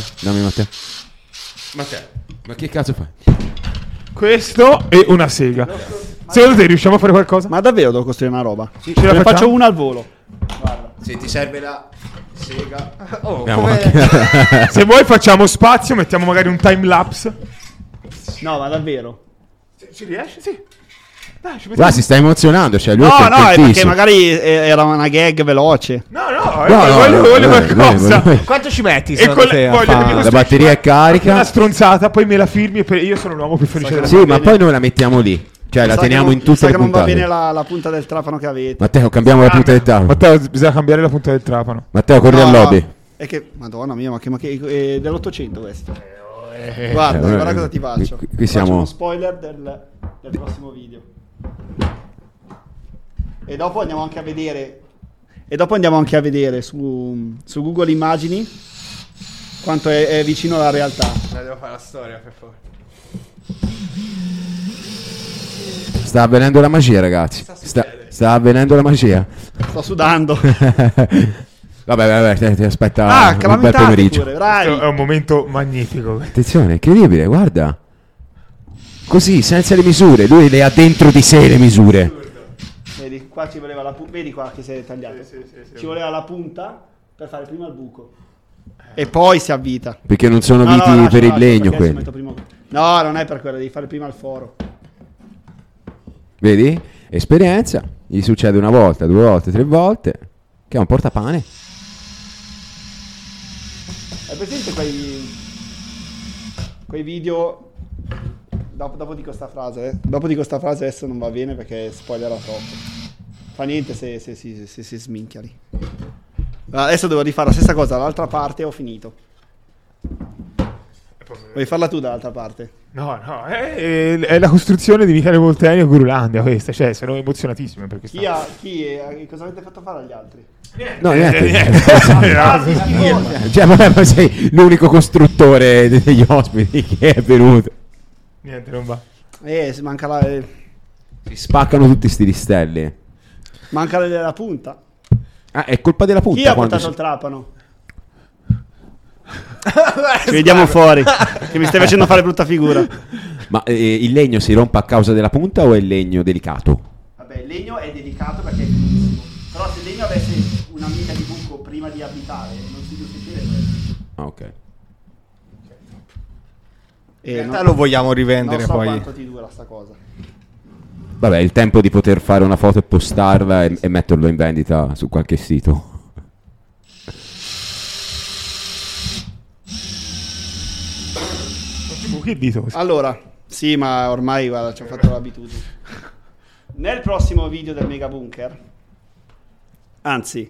Ma che cazzo fai? Questo e una sega. Secondo te riusciamo a fare qualcosa? Ma davvero devo costruire una roba? Sì, ce ne faccio una al volo. Guarda. Se ti serve la sega. Se vuoi facciamo spazio, mettiamo magari un time lapse. No, ma davvero? Ci riesci? Sì. Dai, si sta emozionando. Cioè lui è perché magari era una gag veloce. No, voglio qualcosa. Quanto ci metti? La batteria è carica. Una stronzata, poi me la firmi e io sono l'uomo più felice della Sì, ma poi noi la mettiamo lì. Cioè, la teniamo in tutte le non va puntate. bene la punta del trapano che avete. Matteo, cambiamo la punta del trapano. Matteo, bisogna cambiare la punta del trapano. Matteo, corri al lobby. È che, madonna mia, ma che è dell'800 questo. Guarda cosa ti faccio. Qui siamo. Faccio uno spoiler del prossimo video. E dopo andiamo anche a vedere su Google Immagini quanto è vicino alla realtà. Devo fare la storia, per favore. Sta avvenendo la magia, ragazzi. Sta avvenendo la magia. Sto sudando. Vabbè, ti aspetta un bel pomeriggio. Pure, bravi. È un momento magnifico. Attenzione, incredibile, guarda. Così, senza le misure. Lui le ha dentro di sé le misure. Vedi, qua ci voleva la punta. Vedi qua che si è tagliato. Ci voleva la punta per fare prima il buco. E poi si avvita. Perché non sono viti per il legno quelli. No, non è per quello, devi fare prima il foro. Vedi? Esperienza. Gli succede una volta, 2 volte, 3 volte. Che è un portapane. Hai presente quei video? Dopo dico sta frase. Dopo dico sta frase, adesso non va bene perché spoilerà troppo. Fa niente se si sminchia lì. Adesso devo rifare la stessa cosa dall'altra parte, ho finito. Vuoi farla tu dall'altra parte? No, è la costruzione di Michele Molteni a Gurulandia questa, cioè sono emozionatissimo per questa. Cosa avete fatto fare agli altri? No, niente. Schifoso. Cioè, ma sei l'unico costruttore degli ospiti che è venuto. Niente, non va. Manca Si spaccano tutti sti listelli. manca la punta. Ah, è colpa della punta. Chi ha portato il trapano? Ci vediamo fuori. Che mi stai facendo fare brutta figura. Ma il legno si rompe a causa della punta o è il legno delicato? Vabbè, il legno è delicato perché è finissimo. Però se il legno avesse una mica di buco prima di abitare, non si giustifica questo. Ah, ok. In realtà lo vogliamo rivendere non so poi. quanto ti dura sta cosa. Vabbè, è il tempo di poter fare una foto e postarla e metterlo in vendita su qualche sito. Che dito? Allora, sì, ma ormai guarda, ci ho fatto l'abitudine. Nel prossimo video del Mega Bunker, anzi,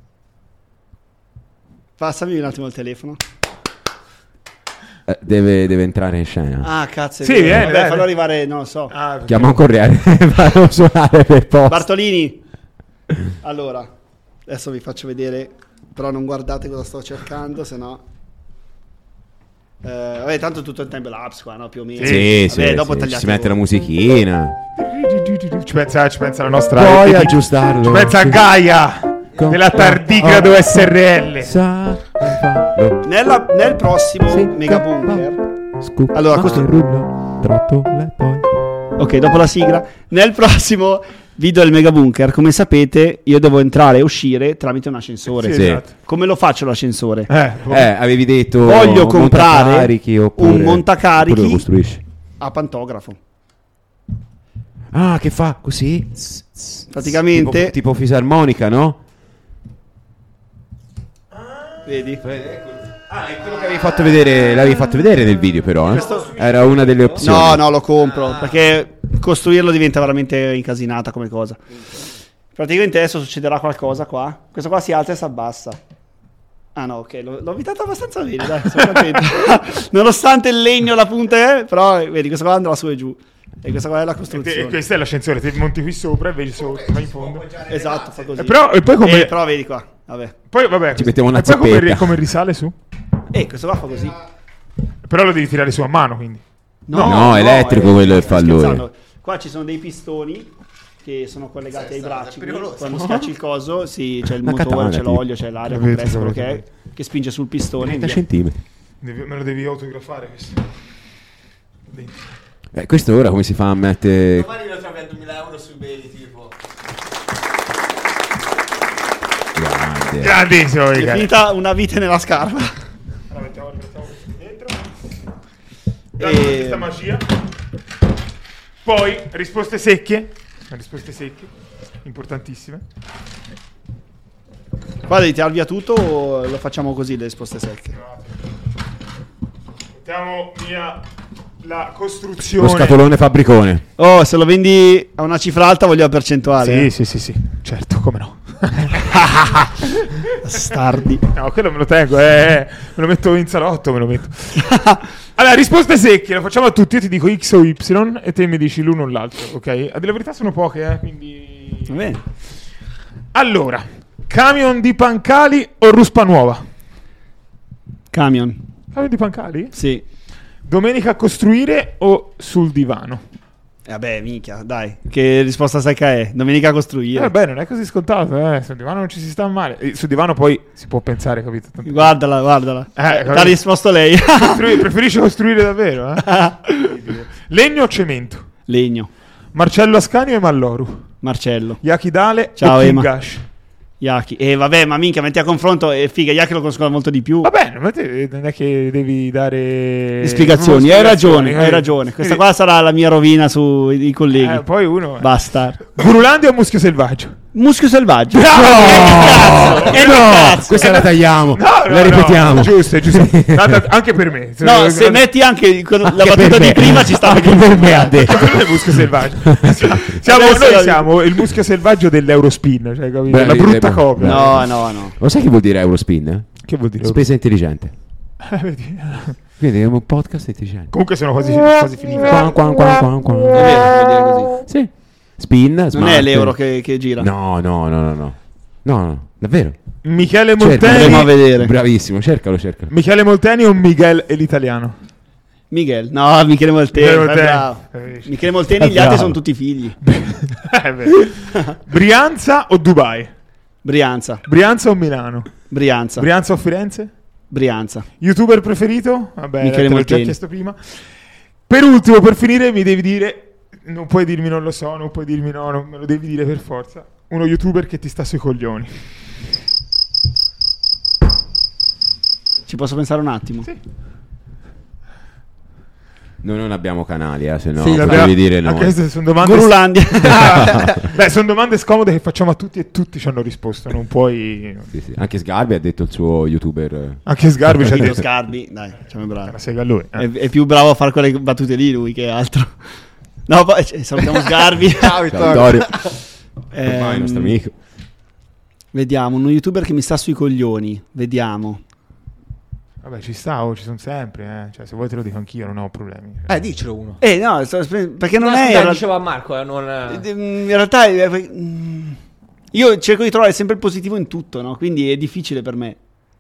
passami un attimo il telefono. Deve entrare in scena. Ah, cazzo, è Sì, vero. viene, Vabbè, dai. fallo arrivare, non lo so. Chiama un corriere e fanno suonare per posto. Bartolini. Allora, adesso vi faccio vedere, però non guardate cosa sto cercando, se no... vabbè, tanto tutto in time lapse qua, no? Più o meno. Sì, vabbè, sì, dopo sì. tagliate Si mette voi. la musichina. Ci pensa la nostra Puoi equipe. aggiustarlo. Ci pensa a Gaia della Tardigrado SRL. Nel prossimo Mega Bunker. Allora, questo... Ok, dopo la sigla. Nel prossimo video del Mega Bunker, come sapete, io devo entrare e uscire tramite un ascensore. Sì, esatto. Come lo faccio l'ascensore? Avevi detto Voglio comprare montacarichi oppure, un montacarichi oppure lo costruisci. a pantografo. Ah, che fa così? Praticamente, Tipo fisarmonica, no? vedi? Ah, è quello che l'avevi fatto vedere nel video, però. Era una delle opzioni. No, lo compro perché costruirlo diventa veramente incasinata come cosa. Praticamente adesso succederà qualcosa qua. Questo qua si alza e si abbassa. Ah no, ok, l'ho evitato abbastanza bene, dai, sono contento. Nonostante il legno, la punta però vedi, questo qua andrà su e giù. E questa qua è la costruzione. E questo è l'ascensore, ti monti qui sopra e vedi sotto, vai in fondo. Esatto, fa così. E poi come... Però vedi qua, vabbè. Poi vabbè, Ci mettiamo una e poi zappetta. come risale su? Questo qua fa così. Però lo devi tirare su a mano, quindi. No, è elettrico quello che fa lui. scherzando. Qua ci sono dei pistoni che sono collegati ai bracci. Quando schiacci il coso, c'è il Una motore, katana, c'è tipo. l'olio, c'è l'aria Capito, compressa, quello capito. che è, che spinge sul pistone. 30 e via. centimetri. Me lo devi autografare questo. Dentro. Questo ora come si fa a mettere... Domani lo trovi a 2000 euro su eBay, tipo. Grande. Grandissimo, È Michele. finita una vite nella scarpa. Allora, mettiamo questo dentro. Dando questa magia. Poi risposte secche. Importantissime. Qua devi tirare via tutto o lo facciamo così le risposte secche? Mettiamo via la costruzione. Lo scatolone fabbricone. Oh, se lo vendi a una cifra alta voglio la percentuale. Sì, certo, come no. Stardi. No, quello me lo tengo, me lo metto in salotto, me lo metto. Allora, risposte secche, lo facciamo a tutti. Io ti dico X o Y e te mi dici l'uno o l'altro, ok? A delle verità sono poche, quindi... Va bene. Allora, camion di Pancali o ruspa nuova? Camion. Camion di Pancali? Sì. Domenica a costruire o sul divano? Vabbè, minchia, dai. Che risposta secca è? Domenica a costruire. Vabbè, non è così scontato, sul divano non ci si sta male. Sul divano poi si può pensare, capito? Tanto... Guardala. T'ha risposto lei. Preferisce costruire davvero, Legno o cemento? Legno. Marcello Ascanio e Malloru? Marcello. Yaki Dale Ciao, o Kim Ema. Gash? Yaki. Vabbè, ma minchia, metti a confronto. Figa, Yaki lo conosco molto di più. Vabbè, non è che devi dare Spiegazioni. Hai ragione. Questa qua sarà la mia rovina sui colleghi. Poi uno... Basta. Gurulandia o Muschio Selvaggio? Muschio selvaggio. Questa la tagliamo. No, la ripetiamo. Giusto. Anche per me. No, se metti anche la battuta di prima ci sta anche per me ha detto. Il muschio selvaggio. Siamo il muschio selvaggio dell'Eurospin, cioè, capito? Beh, La brutta beh. copia. No. Lo sai che vuol dire Eurospin? Che vuol dire? Spesa intelligente. Vedi? Quindi è un podcast intelligente. Comunque sono quasi finito. È È vero, vuol dire così. Sì. Spin, Non smart. è l'euro che gira. No, davvero. Michele Andremo a Molteni. vedere. Bravissimo, cercalo. Michele Molteni o Miguel e l'italiano? Michele Molteni. Michele Molteni. Bravo. Michele Molteni, gli altri sono tutti figli. Brianza o Dubai? Brianza. Brianza o Milano? Brianza. Brianza o Firenze? Brianza. YouTuber preferito? Vabbè, Michele te l'ho già Molteni. chiesto prima. Per ultimo, per finire, mi devi dire... Non puoi dirmi non lo so, non puoi dirmi no, non me lo devi dire per forza. Uno YouTuber che ti sta sui coglioni. Ci posso pensare un attimo? Sì. Noi non abbiamo canali, se no Sì, potevi dire no. Anche se sono domande... Gurulandia. Beh, sono domande scomode che facciamo a tutti e tutti ci hanno risposto. Non puoi... Sì. Anche Sgarbi ha detto il suo YouTuber. Anche Sgarbi ci ha Io detto... Sgarbi, dai, facciamo bravo. La sega a lui. È più bravo a fare quelle battute lì lui che altro. No, poi salutiamo Sgarbi. Ciao, Vittorio. Ormai il nostro amico. Vediamo, uno YouTuber che mi sta sui coglioni. Vediamo. Vabbè, ci sta, ci sono sempre. Cioè, se vuoi te lo dico anch'io, non ho problemi. Dicelo uno. No, perché non è... Dicevo a Marco, In realtà io cerco di trovare sempre il positivo in tutto, no? Quindi è difficile per me.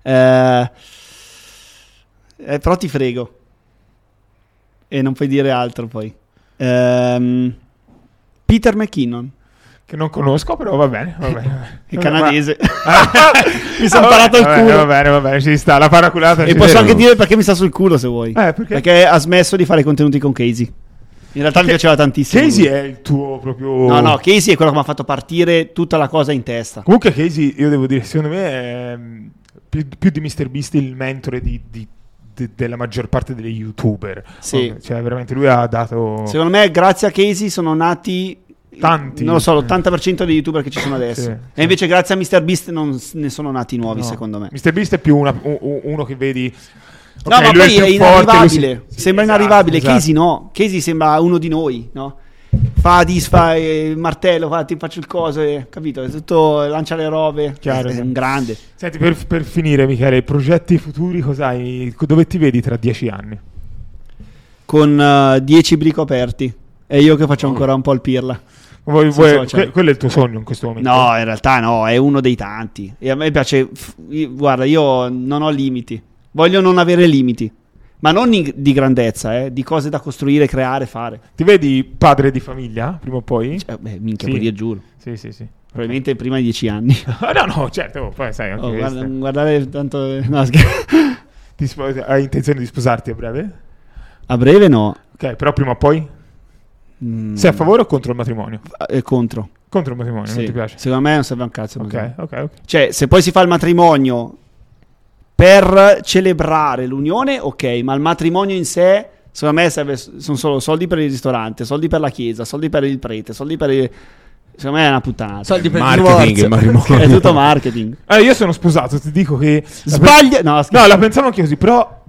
Però ti frego. E non puoi dire altro poi. Peter McKinnon. Che non conosco, però va bene. È canadese. Mi sono parato il culo. Va bene, ci sta. La paraculata. E posso anche dire perché mi sta sul culo se vuoi. Perché ha smesso di fare contenuti con Casey. In realtà mi piaceva tantissimo. Casey è il tuo proprio... No, Casey è quello che mi ha fatto partire tutta la cosa in testa. Comunque Casey, io devo dire, secondo me è più di MrBeast il mentore della maggior parte degli YouTuber. Sì. Cioè, veramente lui ha dato... Secondo me, grazie a Casey sono nati... Tanti. Non lo so, l'80% degli YouTuber che ci sono adesso. Sì, e invece grazie a MrBeast non ne sono nati nuovi, secondo me. MrBeast è più uno che vedi... No, Okay, ma poi è inarrivabile. Sì, Sembra esatto, inarrivabile. esatto. Casey no. Casey sembra uno di noi, no? Fa il martello, ti faccio il coso, capito? È tutto, lancia le robe. Chiaro, È un grande. Senti, per finire, Michele, progetti futuri, cos'hai? Dove ti vedi tra 10 anni? Con 10 brico aperti. E io che faccio ancora un po' il pirla. Quello è il tuo sogno in questo momento? No, in realtà no, è uno dei tanti. E a me piace... Guarda, io non ho limiti. Voglio non avere limiti. Ma non di grandezza, di cose da costruire, creare, fare. Ti vedi padre di famiglia, prima o poi? Minchia, Sì. puoi dire giuro. Sì. Probabilmente prima di 10 anni. No, certo, poi sai anche questo. Guardare tanto... No, Hai intenzione di sposarti a breve? a breve no. Ok, però prima o poi? Sei a favore o contro il matrimonio? Contro. Contro il matrimonio, Sì. non ti piace? Secondo me non serve un cazzo. il Ok. matrimonio. Cioè, se poi si fa il matrimonio per celebrare l'unione, ok, ma il matrimonio in sé, secondo me sono solo soldi per il ristorante, soldi per la chiesa, soldi per il prete, soldi per il... Secondo me è una puttanata. Soldi per Marketing, il matrimonio. È tutto marketing. Allora, io sono sposato, ti dico che... Sbaglia... No, No, la pensavo anche così, però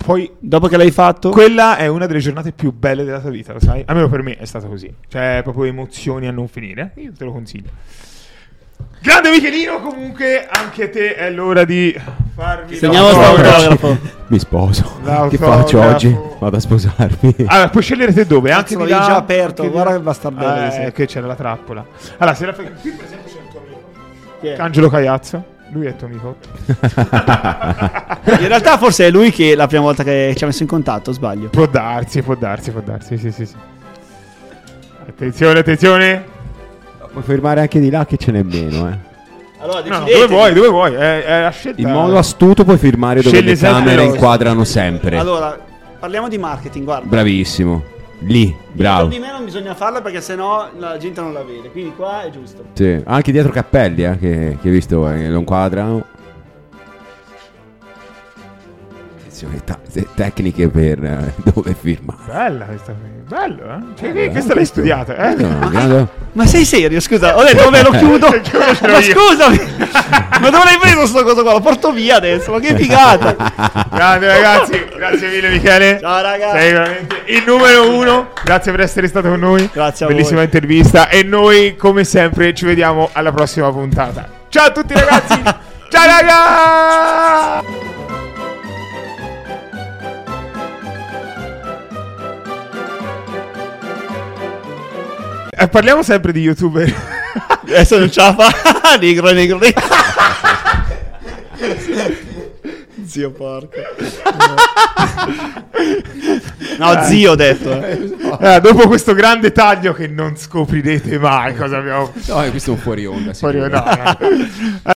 poi dopo che l'hai fatto, quella è una delle giornate più belle della tua vita, lo sai? Almeno per me è stato così. Cioè, proprio emozioni a non finire. Io te lo consiglio. Grande Michelino, comunque anche te è l'ora di farvi segniamo l'autografo. Mi sposo. L'autografo. Che faccio oggi? Vado a sposarmi. Allora, puoi scegliere te dove? Anche Cazzo, di là, l'avevi già aperto, anche di guarda là. che bastardello che sei. Che c'era la trappola. Allora, se la fai qui, per esempio, c'è il tuo amico. Chi è? Angelo Caiazzo. Lui è il tuo amico. In realtà forse è lui che la prima volta che ci ha messo in contatto, sbaglio. Può darsi. Sì. Attenzione. Puoi fermare anche di là che ce n'è meno, Allora, No, dove vuoi? È la scelta. In modo astuto puoi firmare dove Scegli le sempre camere loro. inquadrano sempre. Allora, parliamo di marketing, guarda. Bravissimo. Lì, bravo. Di me non bisogna farla perché sennò la gente non la vede. Quindi qua è giusto. Sì. Anche dietro Cappelli, che hai visto che lo inquadrano. Attenzione, tecniche per dove firmare. Bella questa qui. Bello, eh? Cioè, questa l'hai studiata, eh? Ma sei serio? Scusa, ho detto vabbè lo chiudo. Ma scusami, ma dove l'hai preso sto coso qua? Lo porto via adesso, ma che figata. Grande ragazzi, grazie mille Michele. Ciao ragazzi. Sei veramente il numero uno. Grazie per essere stato con noi. Grazie a Bellissima voi. intervista. E noi, come sempre, ci vediamo alla prossima puntata. Ciao a tutti ragazzi. Ciao ragazzi. Parliamo sempre di YouTuber. Adesso non ce la fa. Negro. Zio porco. No, zio ho detto. Dopo questo grande taglio che non scoprirete mai cosa abbiamo. No, questo è un fuori onda. Fuori, no.